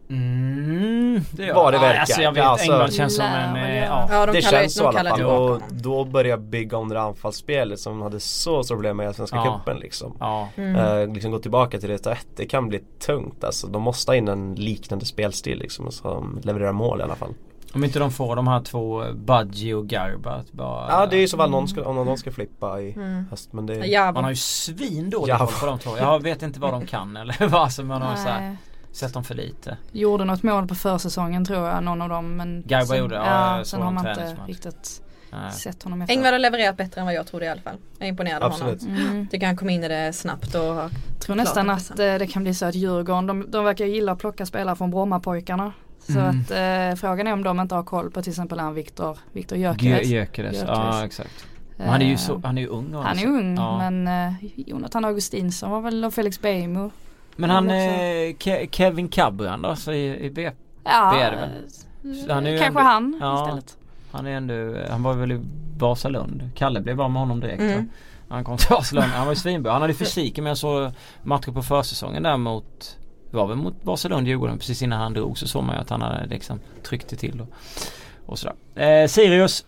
Det vad det verkar. Alltså jag vet, Engvall känns som en det känns så i alla fall. Och då börjar bygga om det anfallsspelet som hade så problem med Svenska cupen liksom. Liksom gå tillbaka till det 1. Det kan bli tungt alltså. De måste ha in en liknande spelstil liksom, som levererar mål i alla fall. Om inte de får de här 2 Budgie och Garba bara. Ja, det är ju så väl om någon ska flippa i höst, men det man har ju svindåligt på de 2. Jag vet inte vad de kan eller vad som man har så här. Sett dem för lite. Gjorde något mål på försäsongen tror jag, någon av dem. Men Garba gjorde, sen har man inte riktigt sett honom efter. Engvall har levererat bättre än vad jag trodde i alla fall. Jag är imponerad av honom. Tycker han kom in i det snabbt och tror nästan att det kan bli så att Djurgården, de verkar gilla att plocka spelare från Brommapojkarna. Så att frågan är om de inte har koll på till exempel han Viktor Gyökeres. Ja, exakt. Han är ju ung. Han är ung, men Jonathan Augustinsson var väl och Felix Beijmo. Men han Kevin Cabran då, så i BP är det väl? Han är kanske han istället. Han var väl i Vasalund. Kalle blev bara med honom direkt. Han kom till Barcelona. Han var ju svinbra. Han hade fysiken, men jag såg matcher på försäsongen där mot Barcelona, Djurgården. Precis innan han drog så såg man ju att han hade liksom tryckt det till och sådär. Sirius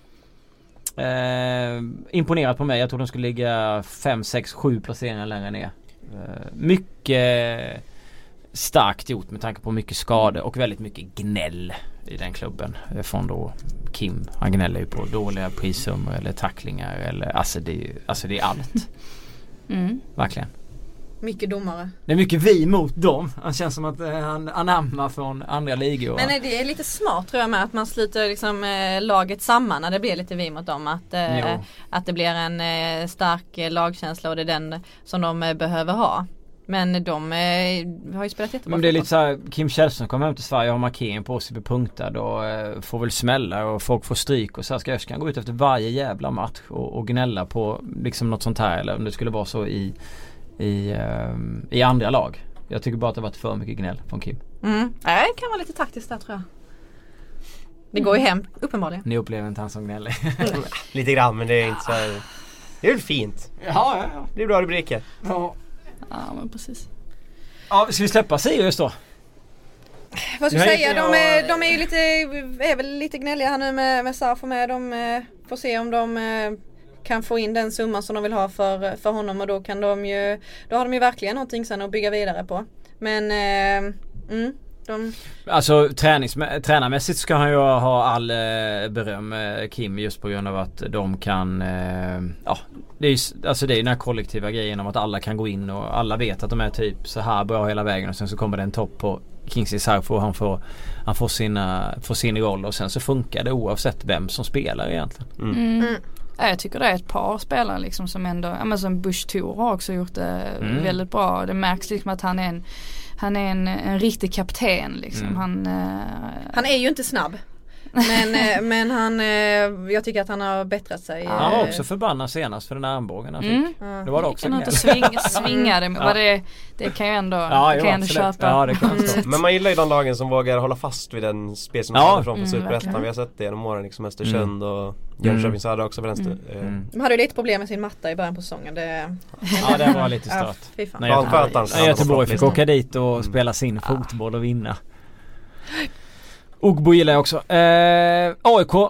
imponerat på mig. Jag tror de skulle ligga 5, 6, 7 placeringar längre ner. Mycket starkt gjort med tanke på mycket skador och väldigt mycket gnäll i den klubben. Från då Kim, han gnäller ju på dåliga prissummor eller tacklingar eller alltså det är allt. Verkligen. Mycket domare. Det är mycket vi mot dem. Han känns som att han anammar från andra ligor. Men det är lite smart tror jag med att man sluter liksom laget samman när det blir lite vi mot dem. Att det blir en stark lagkänsla och det är den som de behöver ha. Men de har ju spelat jättebra. Men det är lite så här, Kim Källström kommer hem till Sverige och har markeringen på sig bepunktad och får väl smälla och folk får stryk och så här ska Özcan gå ut efter varje jävla match och gnälla på liksom något sånt här, eller om det skulle vara så i andra lag. Jag tycker bara att det har varit för mycket gnäll från Kim. Det kan vara lite taktiskt där tror jag. Det går ju hem, uppenbarligen. Ni upplever inte han som gnäller. Lite grann, men det är inte så här. Det är väl fint. Ja. Det är bra rubriker. Ja, men precis. Ja, ska vi släppa Sirius då? Vad ska jag säga? De är ju är väl lite gnälliga här nu med Sarf och med. De får se om de kan få in den summan som de vill ha för honom, och då har de ju verkligen någonting sen att bygga vidare på. Men alltså tränarmässigt ska han ju ha all beröm, Kim, just på grund av att de kan det är ju den här kollektiva grejen om att alla kan gå in och alla vet att de är typ så här bra hela vägen, och sen så kommer det en topp på Kingsley Sarf och han får sin roll, och sen så funkar det oavsett vem som spelar egentligen. Jag tycker det är ett par spelare liksom som ändå, som Bush Thor har också gjort det väldigt bra. Det märks liksom att han är en riktig kapten liksom. Han är ju inte snabb. Men jag tycker att han har bättrat sig. Han var också förbannad senast för den här armbågen han fick. Det var det också. Kan inte svinga det, men det kan ju ändå, köpa. Ja, det kan men man gillar ju de lagen som vågar hålla fast vid den spel som de hade från Superettan. Vi har sett det genom åren, liksom Östersund och Jönköping Södra också för den De hade ju lite problem med sin matta i början på säsongen. Det var lite stört. När Göteborg fick åka dit och spela sin fotboll och vinna. Ogbo gillar jag också. AIK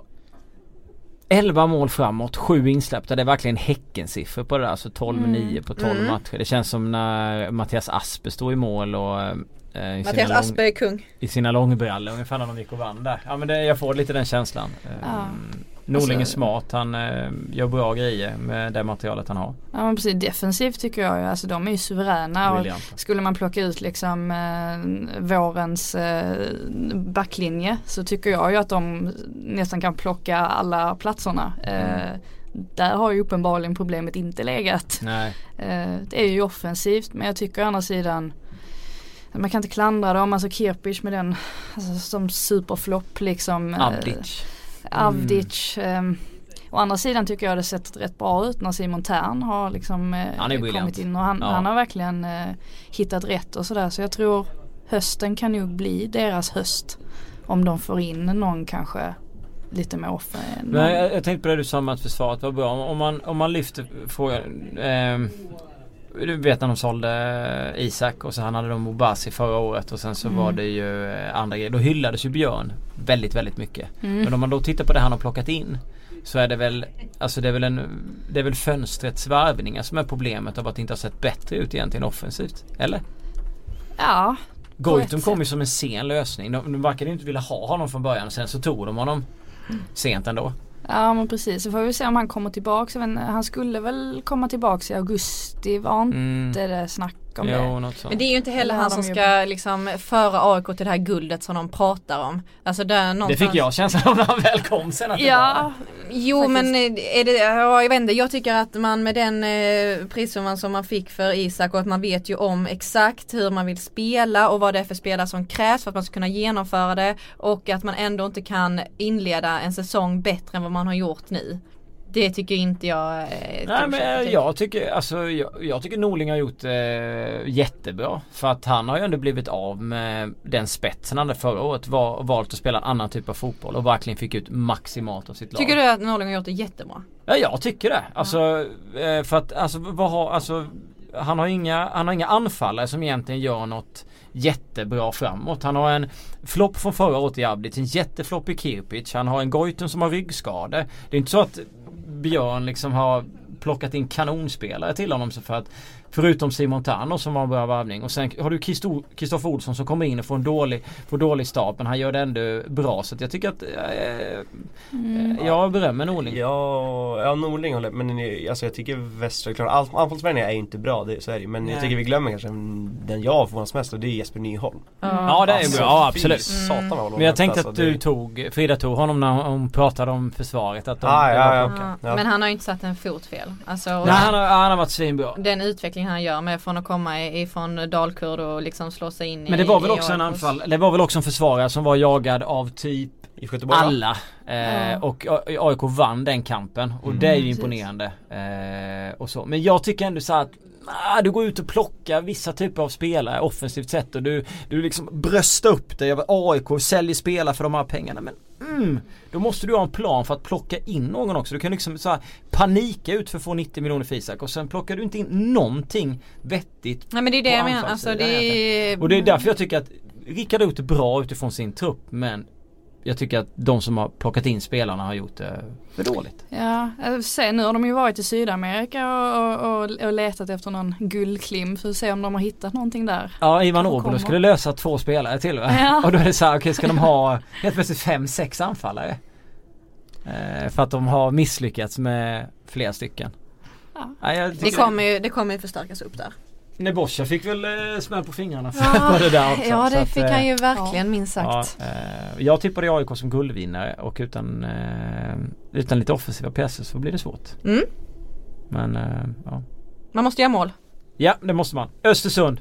11 mål framåt, 7 insläppta. Det är verkligen Häckensiffror på det där. Alltså 12-9 på 12 matcher. Det känns som när Mattias Aspe stod i mål och Mattias Aspe är kung. I sina långbrallor, ungefär när de gick och vann där. Ja, men jag får lite den känslan. Norling är smart, han gör bra grejer med det materialet han har. Ja, men precis, defensivt tycker jag ju, alltså de är ju suveräna, och skulle man plocka ut liksom vårens backlinje, så tycker jag ju att de nästan kan plocka alla platserna. Där har ju uppenbarligen problemet inte legat. Nej. Det är ju offensivt, men jag tycker å andra sidan man kan inte klandra dem, alltså Kirpich med den som superflopp liksom. Avdic. Å andra sidan tycker jag det sett rätt bra ut när Simon Tern har liksom kommit in, och han har verkligen hittat rätt och sådär, så jag tror hösten kan nog bli deras höst om de får in någon kanske lite mer offer. Men jag tänkte på det du sa om att försvaret var bra. Om man lyfter frågan, du vet när de sålde Isak och så han hade de Mobasi förra året, och sen så var det ju andra grejer. Då hyllades ju Björn väldigt, väldigt mycket. Men om man då tittar på det han har plockat in, så är det väl, alltså det är väl fönstrets värvningar som är problemet av att det inte har sett bättre ut egentligen offensivt, eller? Ja. Goitom kom ju som en sen lösning. De verkade inte vilja ha honom från början, sen så tog de honom sent ändå. Ja, men precis. Så får vi se om han kommer tillbaka. Men han skulle väl komma tillbaka i augusti. Var inte det snack om det? Men det är ju inte heller han som ska liksom föra AIK till det här guldet som de pratar om. Alltså där någonstans... Det fick jag känslan av när han väl kom sen att Jo, faktiskt. Men är det, jag vet inte, jag tycker att man med den prissumman som man fick för Isak, och att man vet ju om exakt hur man vill spela och vad det är för spelare som krävs för att man ska kunna genomföra det, och att man ändå inte kan inleda en säsong bättre än vad man har gjort nu. Det tycker inte jag. Nej, men jag tycker Norling har gjort jättebra. För att han har ju ändå blivit av med den spetsen han hade förra året. Valt att spela en annan typ av fotboll och verkligen fick ut maximalt av sitt lag. Tycker du att Norling har gjort det jättebra? Ja, jag tycker det. Alltså, för att han har inga anfallare som egentligen gör något jättebra framåt. Han har en flopp från förra året i Abdic, en jätteflopp i Kirpic. Han har en Goiten som har ryggskade. Det är inte så att Björn liksom har plockat in kanonspelare till honom, så för att förutom Simon Tano som har en bra varvning, och sen har du Kristoffer Olsson som kommer in och får dålig start, men han gör det ändå bra, så att jag tycker att jag berömmer Norling. Ja, Norling håller, men alltså jag tycker Västra, klart anfallsvärningen är ju inte bra, det så är det, men jag tycker vi glömmer kanske den jag förvånas mest, och det är Jesper Nyholm. Ja, det är bra, ja, absolut. Men jag tänkte att Frida tog honom när hon pratade om försvaret, att men han har ju inte satt en fot fel. Alltså, nej, han har varit svinbra. Den utveckling han gör med från att komma ifrån Dalkurd och liksom slå sig in. Men det var väl också en anfall, det var väl också en försvarare som var jagad av typ alla och AIK vann den kampen, och det är ju imponerande och så. Men jag tycker ändå så att du går ut och plockar vissa typer av spelare offensivt sett, och du liksom bröstar upp dig över AIK, säljer spelare för de här pengarna, men då måste du ha en plan för att plocka in någon också. Du kan liksom så här panika ut för att få 90 miljoner för Isak, och sen plockar du inte in någonting vettigt. Nej, men det är det jag menar. Alltså, och det är därför jag tycker att Rickard är ute bra utifrån sin trupp, men jag tycker att de som har plockat in spelarna har gjort det för dåligt. Ja, sen nu har de ju varit i Sydamerika och letat efter någon guldklimp för att se om de har hittat någonting där. Ja, Ivan Åbolo skulle lösa 2 spelare till, va? Ja. Och då är det så här, okej, ska de ha helt plötsligt 5-6 anfallare? För att de har misslyckats med flera stycken. Ja. Det kommer ju förstärkas upp där. Neboscha fick väl smäll på fingrarna för det där också. Ja, det fick han ju verkligen, minst sagt. Jag tippade AIK som guldvinnare, och utan lite offensiva pjäser så blir det svårt. Men man måste göra mål. Ja, det måste man. Östersund.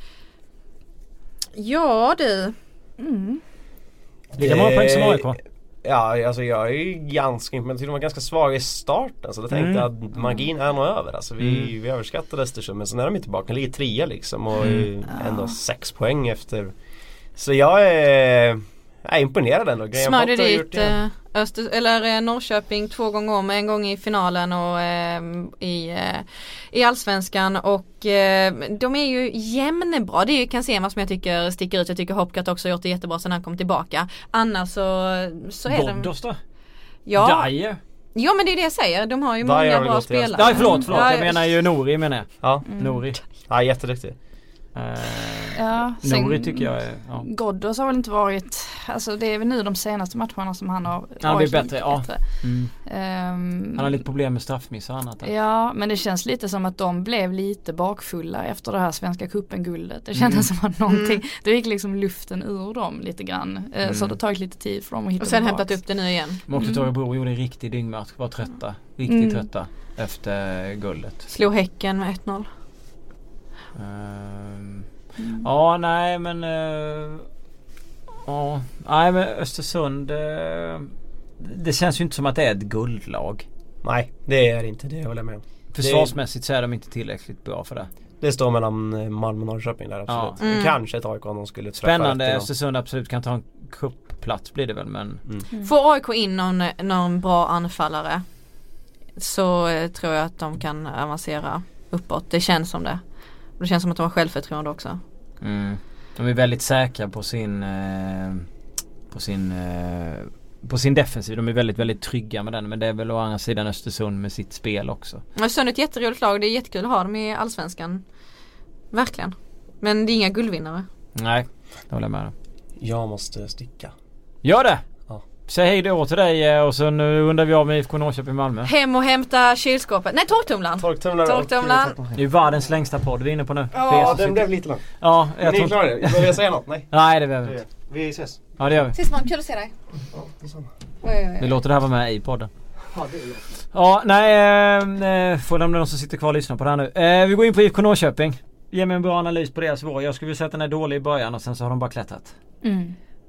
Ja, du. Lika många poäng som AIK. Ja, alltså jag är ju ganska imponerad. De var ganska svaga i starten, så då tänkte jag att magin är nog över. Alltså vi överskattade Östersund, men sen är de tillbaka, ligger 3 liksom, och ändå 6 poäng efter. Så jag är imponerad ändå. Smörde dit Norrköping 2 gånger om, en gång i finalen och i Allsvenskan, och de är ju jämnbra. Det är ju Kansema som jag tycker sticker ut. Jag tycker Hopkat också har gjort det jättebra sen han kom tillbaka. Annars så är de... Goddos då? Ja. Dyer? Ja, men det är det jag säger. De har ju många bra spelare. Nej, förlåt. Jag menar ju Nori, menar jag. Ja. Nori. Ja, jätteduktig. Nori tycker jag är... Ja. Goddos har väl inte varit... Alltså det är väl nu de senaste matcherna som han har... Han blir bättre, ja. Han har lite problem med straffmiss och annat. Ja, men det känns lite som att de blev lite bakfulla efter det här Svenska cupen-guldet. Det kändes som att någonting... Det gick liksom luften ur dem lite grann. Så det har tagit lite tid för dem att hitta. Och sen hämtat upp det nu igen. Örebro gjorde en riktig dyngmatch. Var trötta. Riktigt trötta efter guldet. Slog Häcken med 1-0. Ja, nej men nej, men Östersund det känns ju inte som att det är ett guldlag. Nej, det är inte det, jag håller med om. Försvarsmässigt så är de inte tillräckligt bra för det. Det står mellan Malmö och Norrköping där, absolut. Kanske ett AIK om de skulle träffa. Spännande, Östersund absolut kan ta en cupplats blir det väl, men får AIK in någon bra anfallare så tror jag att de kan avancera uppåt. Det känns som det. Det känns som att de har självförtroende också. De är väldigt säkra på sin defensiv. De är väldigt, väldigt trygga med den. Men det är väl å andra sidan Östersund med sitt spel också. Östersund är ett jätteroligt lag. Det är jättekul att ha dem i Allsvenskan. Verkligen. Men det är inga guldvinnare. Nej, det håller jag med. Jag måste sticka. Gör det! Säg hej då till dig, och så nu undrar vi av med IFK Norrköping i Malmö. Hem och hämta kylskåpet. Nej, torktumlaren. Det är ju världens längsta podd vi är inne på nu. Ja, den blev lite lång. Ja, jag tror inte. Vill jag säga något? Nej, det behöver vi. Vi ses. Ja, det gör vi. Ses man, kul att se dig. Ja, detsamma. Vi låter det här vara med i podden. Ja, det är det. Ja, nej, får de någon som sitter kvar och lyssnar på det här nu. Vi går in på IFK Norrköping. Ge mig en bra analys på deras vår. Jag skulle vilja säga att den är dålig i början och sen så har de bara klättrat.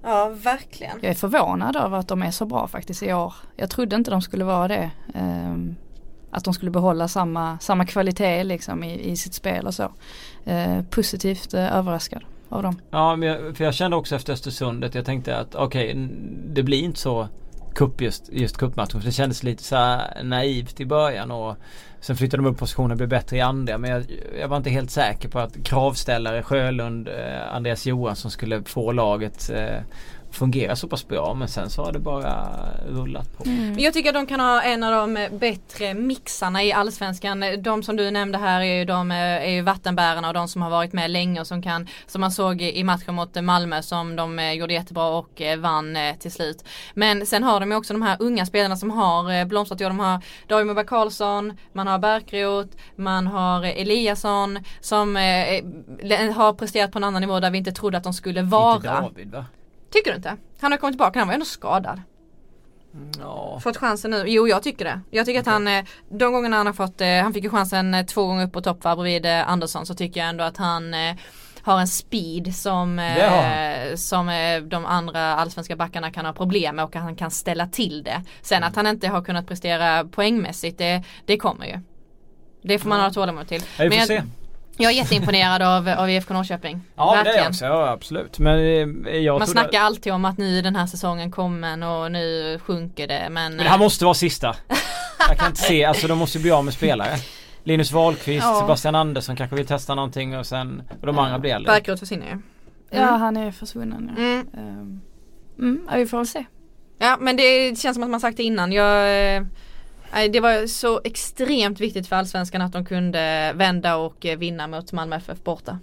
Ja, verkligen. Jag är förvånad över att de är så bra faktiskt i år. Jag trodde inte de skulle vara det. Att de skulle behålla samma kvalitet liksom i sitt spel och så. Positivt överraskad av dem. Ja, men för jag kände också efter Östersundet, jag tänkte att det blir inte så just cupmatchen. För det kändes lite så här naivt i början och sen flyttade de upp positionen och blev bättre i andra. Men jag var inte helt säker på att kravställare Sjölund, Andreas Johansson skulle få laget fungera så pass bra, men sen så har det bara rullat på. Jag tycker att de kan ha en av de bättre mixarna i allsvenskan. De som du nämnde här är ju vattenbärarna och de som har varit med länge och som man såg i matchen mot Malmö som de gjorde jättebra och vann till slit. Men sen har de ju också de här unga spelarna som har blomstrat. De har David Moberg Karlsson, man har Bärkroth, man har Eliasson som har presterat på en annan nivå där vi inte trodde att de skulle vara. Inte David, va? Tycker du inte? Han har kommit tillbaka, han var ändå skadad. Ja. Fått chansen nu. Jo, jag tycker det. Jag tycker att han, de gångerna han fick ju chansen 2 gånger upp på toppvar bredvid Andersson, så tycker jag ändå att han har en speed som de andra allsvenska backarna kan ha problem med och att han kan ställa till det. Sen att han inte har kunnat prestera poängmässigt, det kommer ju. Det får man ha tålamod till. Vi får se. Jag är jätteimponerad av IFK Norrköping. Ja, verkligen. det är jag också. Ja, absolut. Men man snackar alltid om att nu den här säsongen kommer och nu sjunker det. Men det här måste vara sista. Jag kan inte se, alltså de måste bli av med spelare. Linus Wahlqvist, Sebastian Andersson kanske vill testa någonting och sen och de andra blir äldre. Bärkroth försvinner ju. Ja, han är försvunnen. Ja. Vi får väl se. Ja, men det känns som att man sagt det innan. Det var så extremt viktigt för allsvenskan att de kunde vända och vinna mot Malmö FF borta.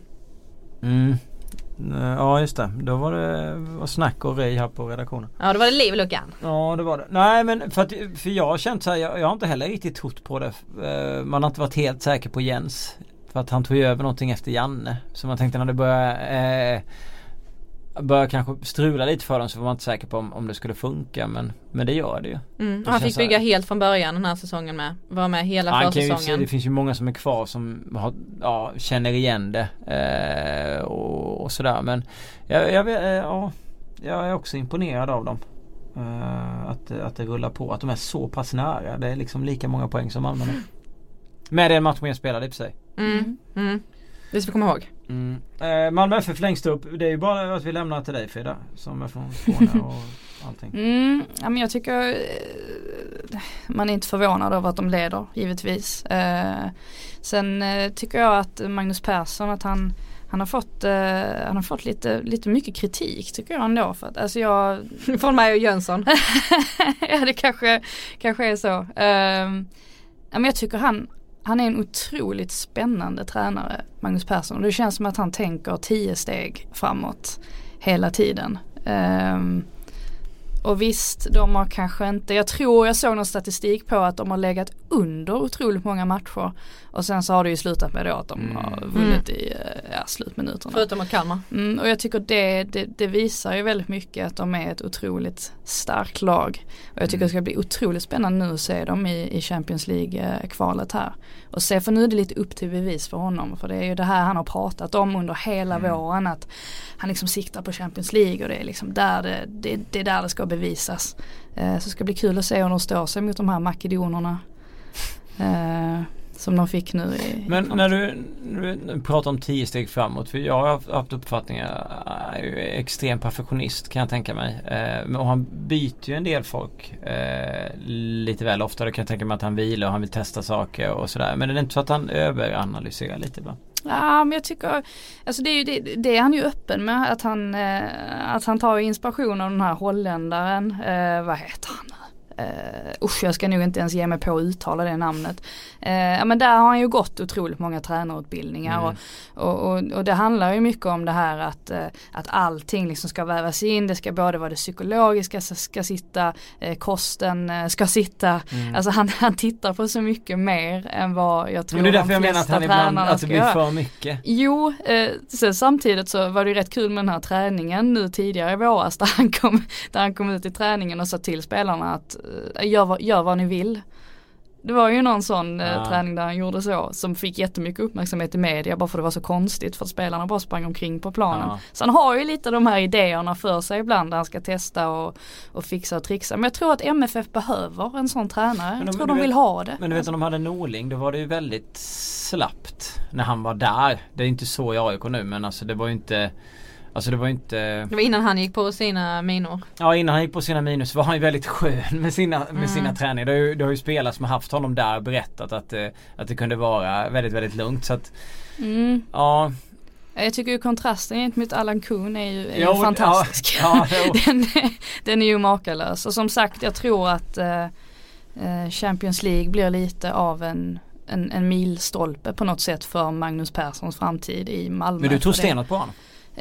Ja, just det. Då var det snack och rej här på redaktionen. Ja, då var det liv i luckan. Ja, det var det. Nej, men för jag har känt så här, jag har inte heller riktigt trott på det. Man har inte varit helt säker på Jens. För att han tog över någonting efter Janne. Så man tänkte när det börjar kanske strula lite för dem så var man inte säker på om det skulle funka, men det gör det ju. Och han fick bygga helt från början den här säsongen med. Var med hela försäsongen. Det finns ju många som är kvar som känner igen det och sådär, men jag är också imponerad av dem. Att det rullar på, att de är så pass nära. Det är liksom lika många poäng som Malmö nu. Med den matchen jag spelade i och för sig. Det ska vi komma ihåg. Malmö FF längst upp. Det är ju bara att vi lämnar till dig, Frida, som är från Skåne och allting. Ja, men jag tycker man är inte förvånad över att de leder, givetvis. Sen tycker jag att Magnus Persson, att han har fått lite mycket kritik, tycker jag ändå, för att alltså från mig och Jönsson. Ja, det kanske är så. Men jag tycker han är en otroligt spännande tränare, Magnus Persson. Och det känns som att han tänker 10 steg framåt hela tiden. Och visst, de har kanske inte... Jag såg någon statistik på att de har legat under otroligt många matcher. Och sen så har det ju slutat med då att de har vunnit i slutminuterna. Förutom att Kalmar. Och jag tycker det visar ju väldigt mycket att de är ett otroligt starkt lag. Och jag tycker det ska bli otroligt spännande nu att se dem i Champions League-kvalet här. Och se, för nu är det lite upp till bevis för honom. För det är ju det här han har pratat om under hela våren. Att han liksom siktar på Champions League och det är liksom där det är där det ska bevisas. Så det ska bli kul att se hur de står sig mot de här makedonerna. Som de fick nu Men när du pratar om 10 steg framåt, för jag har haft uppfattningar, är ju extrem perfektionist, kan jag tänka mig, och han byter ju en del folk lite väl ofta. Då kan jag tänka mig att han vilar och han vill testa saker och sådär, men är det inte så att han överanalyserar lite ibland? Ja, men jag tycker, alltså det är han ju öppen med, att han tar inspiration av den här holländaren, vad heter han? Jag ska nog inte ens ge mig på att uttala det namnet. Men där har han ju gått otroligt många tränarutbildningar och det handlar ju mycket om det här att allting liksom ska vävas in. Det ska både vara det psykologiska ska sitta, kosten ska sitta. Alltså han tittar på så mycket mer än vad jag tror. Men det är därför jag menar att han ibland att det blir för mycket. Jo, sen samtidigt så var det ju rätt kul med den här träningen nu tidigare i våras där han kom ut i träningen och sa till spelarna att gör vad ni vill. Det var ju någon sån träning där han gjorde så, som fick jättemycket uppmärksamhet i media bara för det var så konstigt för att spelarna bara sprang omkring på planen. Så han har ju lite de här idéerna för sig ibland där han ska testa och fixa och trixa. Men jag tror att MFF behöver en sån tränare. Jag tror de vill ha det. Men du vet, om de hade Norling, då var det ju väldigt slappt när han var där. Det är inte så i AIK nu, men alltså det var ju inte... Alltså det var inte... Det var innan han gick på sina minor. Ja, innan han gick på sina minor så var han ju väldigt skön med sina träningar. Det har ju spelare som har haft honom där berättat att det kunde vara väldigt, väldigt lugnt. Så att, ja... Jag tycker ju kontrasten gentemot Allan Kuhn är ju fantastisk. Den är ju makalös. Och som sagt, jag tror att Champions League blir lite av en milstolpe på något sätt för Magnus Perssons framtid i Malmö. Men du tog stenat på honom?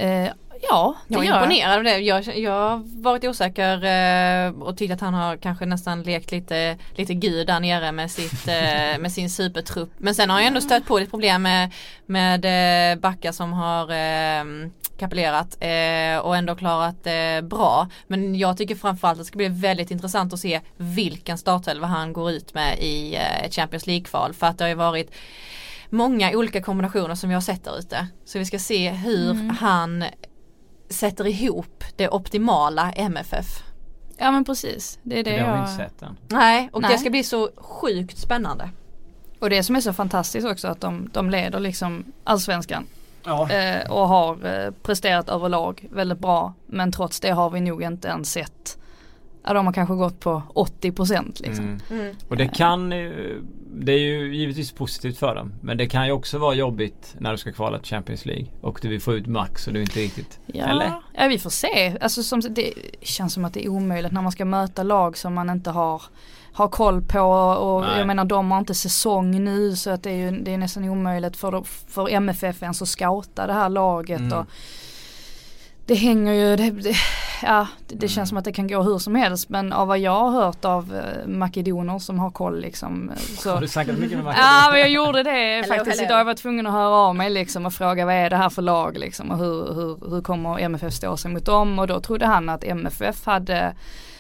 Ja, jag är imponerad av det. Jag har varit osäker och tyckt att han har kanske nästan lekt lite gud där nere med sin supertrupp. Men sen har jag ändå stött på ett problem med backar som har kapellerat och ändå klarat bra. Men jag tycker framförallt att det ska bli väldigt intressant att se vilken startelva han går ut med i ett Champions League-kval. För att det har ju varit många olika kombinationer som jag har sett där ute. Så vi ska se hur han sätter ihop det optimala MFF. Ja, men precis. Det är det har vi inte sett än. Nej, det ska bli så sjukt spännande. Och det som är så fantastiskt också att de leder liksom allsvenskan. Ja. Och har presterat överlag väldigt bra. Men trots det har vi nog inte ens sett. De har kanske gått på 80% liksom. Och det är ju givetvis positivt för dem. Men det kan ju också vara jobbigt när du ska kvala till Champions League. Och du vill få ut max och du är inte riktigt. Eller? Ja, vi får se. Alltså, det känns som att det är omöjligt när man ska möta lag som man inte har koll på. Och jag menar, de har inte säsong nu. Så att det är nästan omöjligt för MFF ens att scouta det här laget. Och det hänger ju... Det känns som att det kan gå hur som helst. Men av vad jag har hört av makedoner som har koll liksom, så... Har du snackat mycket med makedoner? Ja, men jag gjorde det faktiskt idag. Jag var tvungen att höra av mig liksom, och fråga vad är det här för lag liksom, och hur kommer MFF stå sig mot dem. Och då trodde han att MFF hade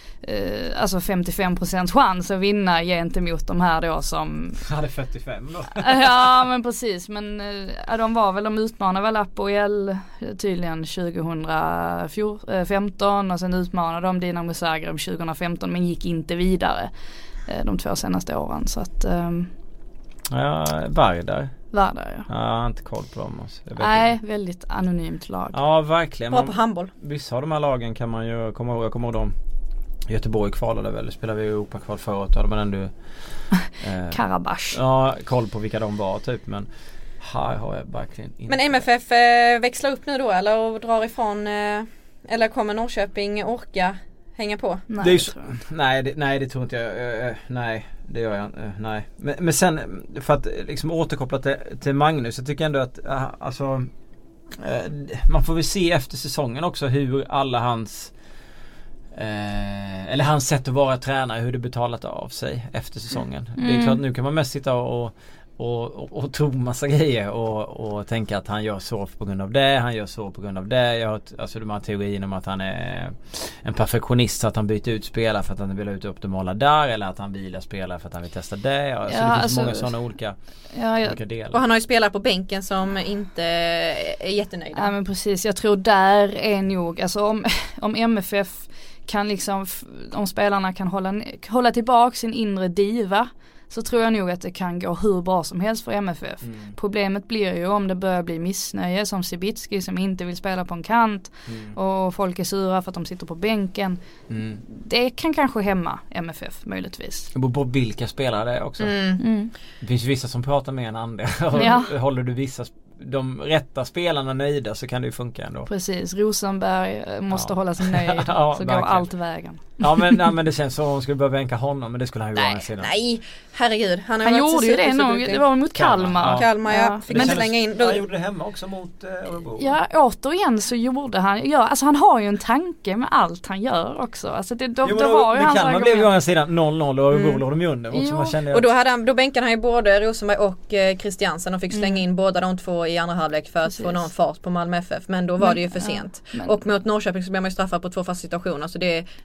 55% chans att vinna gentemot de här då som... hade 45 då. Ja, men precis. Men de utmanade väl Apoel tydligen 2015 och sen utmanade de Dinamo Zagreb 2015 men gick inte vidare de 2 senaste åren. Så att... Vardar. Ja. Jag har inte koll på dem. Nej, väldigt anonymt lag. Ja, verkligen. Bra på handboll. Vissa av de här lagen kan man ju komma ihåg. Jag kommer ihåg dem. Göteborg kvalade väl, spelade vi Europa-kval förra året. Då hade man ändå Karabach. Ja, koll på vilka de var typ. Men här har jag verkligen inte. Men MFF växlar upp nu då eller och drar ifrån eller kommer Norrköping orka hänga på? Nej, det tror inte jag. Nej, det gör jag nej. Men sen för att liksom återkoppla till Magnus, jag tycker ändå att alltså man får väl se efter säsongen också hur alla hans eller hans sätt att vara tränare, hur det betalat av sig efter säsongen. Det är klart, nu kan man mest sitta och tro massa grejer och tänka att han gör så på grund av det, han gör så på grund av det. Jag har hört, alltså de här teorin om att han är en perfektionist, så att han byter ut spelare för att han vill ha ut optimala där, eller att han vilar spelare för att han vill testa det. Det finns många sådana olika delar. Och han har ju spelare på bänken som inte är jättenöjda. Ja, men precis, jag tror där är nog, alltså om MFF kan liksom, om spelarna kan hålla tillbaka sin inre diva, så tror jag nog att det kan gå hur bra som helst för MFF. Problemet blir ju om det börjar bli missnöje, som Sibitski som inte vill spela på en kant och folk är sura för att de sitter på bänken. Det kan kanske hämma MFF möjligtvis. Det beror på vilka spelare det är också. Det finns vissa som pratar mer än andra. Håller du de rätta spelarna nöjda, så kan det ju funka ändå. Precis, Rosenberg måste hålla sig nöjd. Så går allt vägen. Men det känns som att hon skulle behöva bänka honom, men det skulle han ju vara sedan. Nej, herregud. Han gjorde ju det nog, det var mot Kalmar. Kalmar, fick inte slänga in. Han gjorde det hemma också mot Örebro. Ja, återigen så gjorde han, alltså han har ju en tanke med allt han gör också. Alltså det var ju hans Kalmar blev ju å ena sidan 0-0 och Örebro låg de ju under. Och då bänkade han ju både Rosenberg och Christiansen och fick slänga in båda de två i andra halvlek för att få någon fart på Malmö FF. Men då var det ju för sent. Och mot Norrköping så blev man ju straffad på 2 fasta situationer. Så det får han ju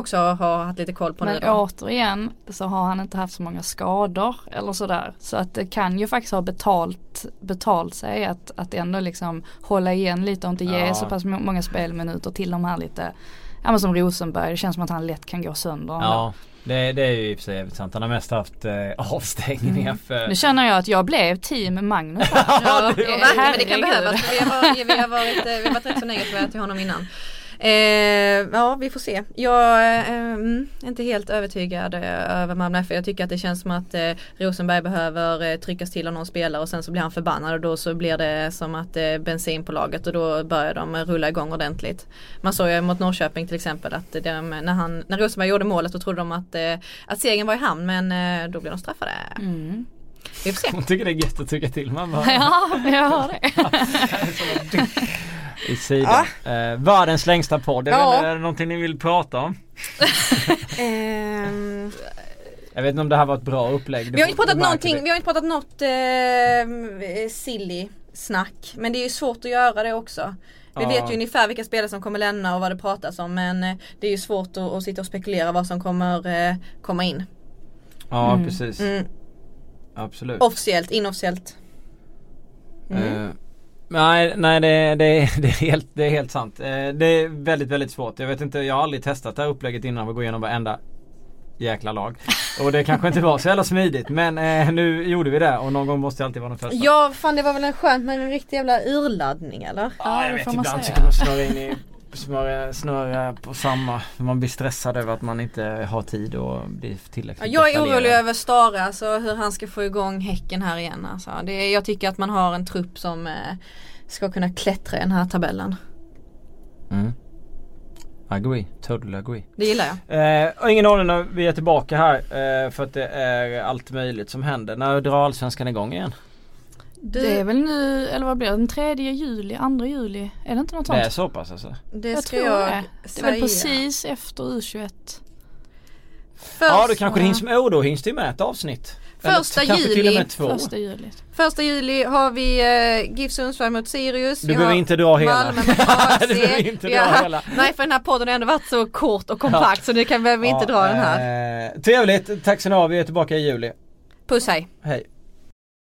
också ha haft lite koll på nu men då. återigen så har han inte haft så många skador eller sådär. Så att det kan ju faktiskt ha betalt sig att ändå liksom hålla igen lite och inte ge så pass många spelminuter till de här lite, ja men som Rosenberg, det känns som att han lätt kan gå sönder. Ja, det är ju i och för sig sant. Han har mest haft avstängningar för... Nu känner jag att jag blev team Magnus. Men det kan behövas. Vi har varit rätt så negativa till honom innan. Ja, vi får se. Jag är inte helt övertygad över Malmö FF. Jag tycker att det känns som att Rosenberg behöver tryckas till av någon spelare och sen så blir han förbannad och då så blir det som att bensin på laget och då börjar de rulla igång ordentligt. Man såg ju mot Norrköping till exempel att när Rosenberg gjorde målet då trodde de att segern var i hamn, men då blev de straffade. Vi får se. Hon tycker det är gött att trycka till man bara. Ja, jag har det. I sidan. Världens längsta podd. Är det någonting ni vill prata om? Jag vet inte om det här var ett bra upplägg. Vi har inte pratat något silly snack, men det är ju svårt att göra det också. Vi vet ju ungefär vilka spelare som kommer lämna och vad det pratas om, men det är ju svårt att sitta och spekulera vad som kommer komma in. Ja, precis. Absolut. Officiellt, inofficiellt. Nej, det är helt sant. Det är väldigt, väldigt svårt. Jag vet inte, jag har aldrig testat det här upplägget innan vi går igenom varenda jäkla lag. Och det kanske inte var så jävla smidigt, men nu gjorde vi det och någon gång måste det alltid vara någon första. Ja, fan det var väl en skönt men en riktig jävla urladdning eller? Ja, jag vet ibland så kan man snurra in i snurra på samma. Man blir stressad över att man inte har tid och blir tillräckligt. Jag är orolig över Stara, alltså hur han ska få igång Häcken här igen. Alltså. Jag tycker att man har en trupp som ska kunna klättra i den här tabellen. Agree, totally agree. Det gillar jag. Och ingen aning när vi är tillbaka här för att det är allt möjligt som händer. När drar Allsvenskan igång igen? Det är väl nu, eller vad blir det, den 3 juli, 2 juli, är det inte något sånt? Det är så pass alltså? Det ska jag säga. Det är väl precis efter U21. Ja, då kanske det hinns med, då hinns det med ett avsnitt. 1 juli har vi GIF Sundsvall mot Sirius. Du behöver inte dra hela. Nej, för den här podden har ändå varit så kort och kompakt så det kan vi inte dra den här. Trevligt, tack så mycket. Vi är tillbaka i juli. Puss, hej. Hej.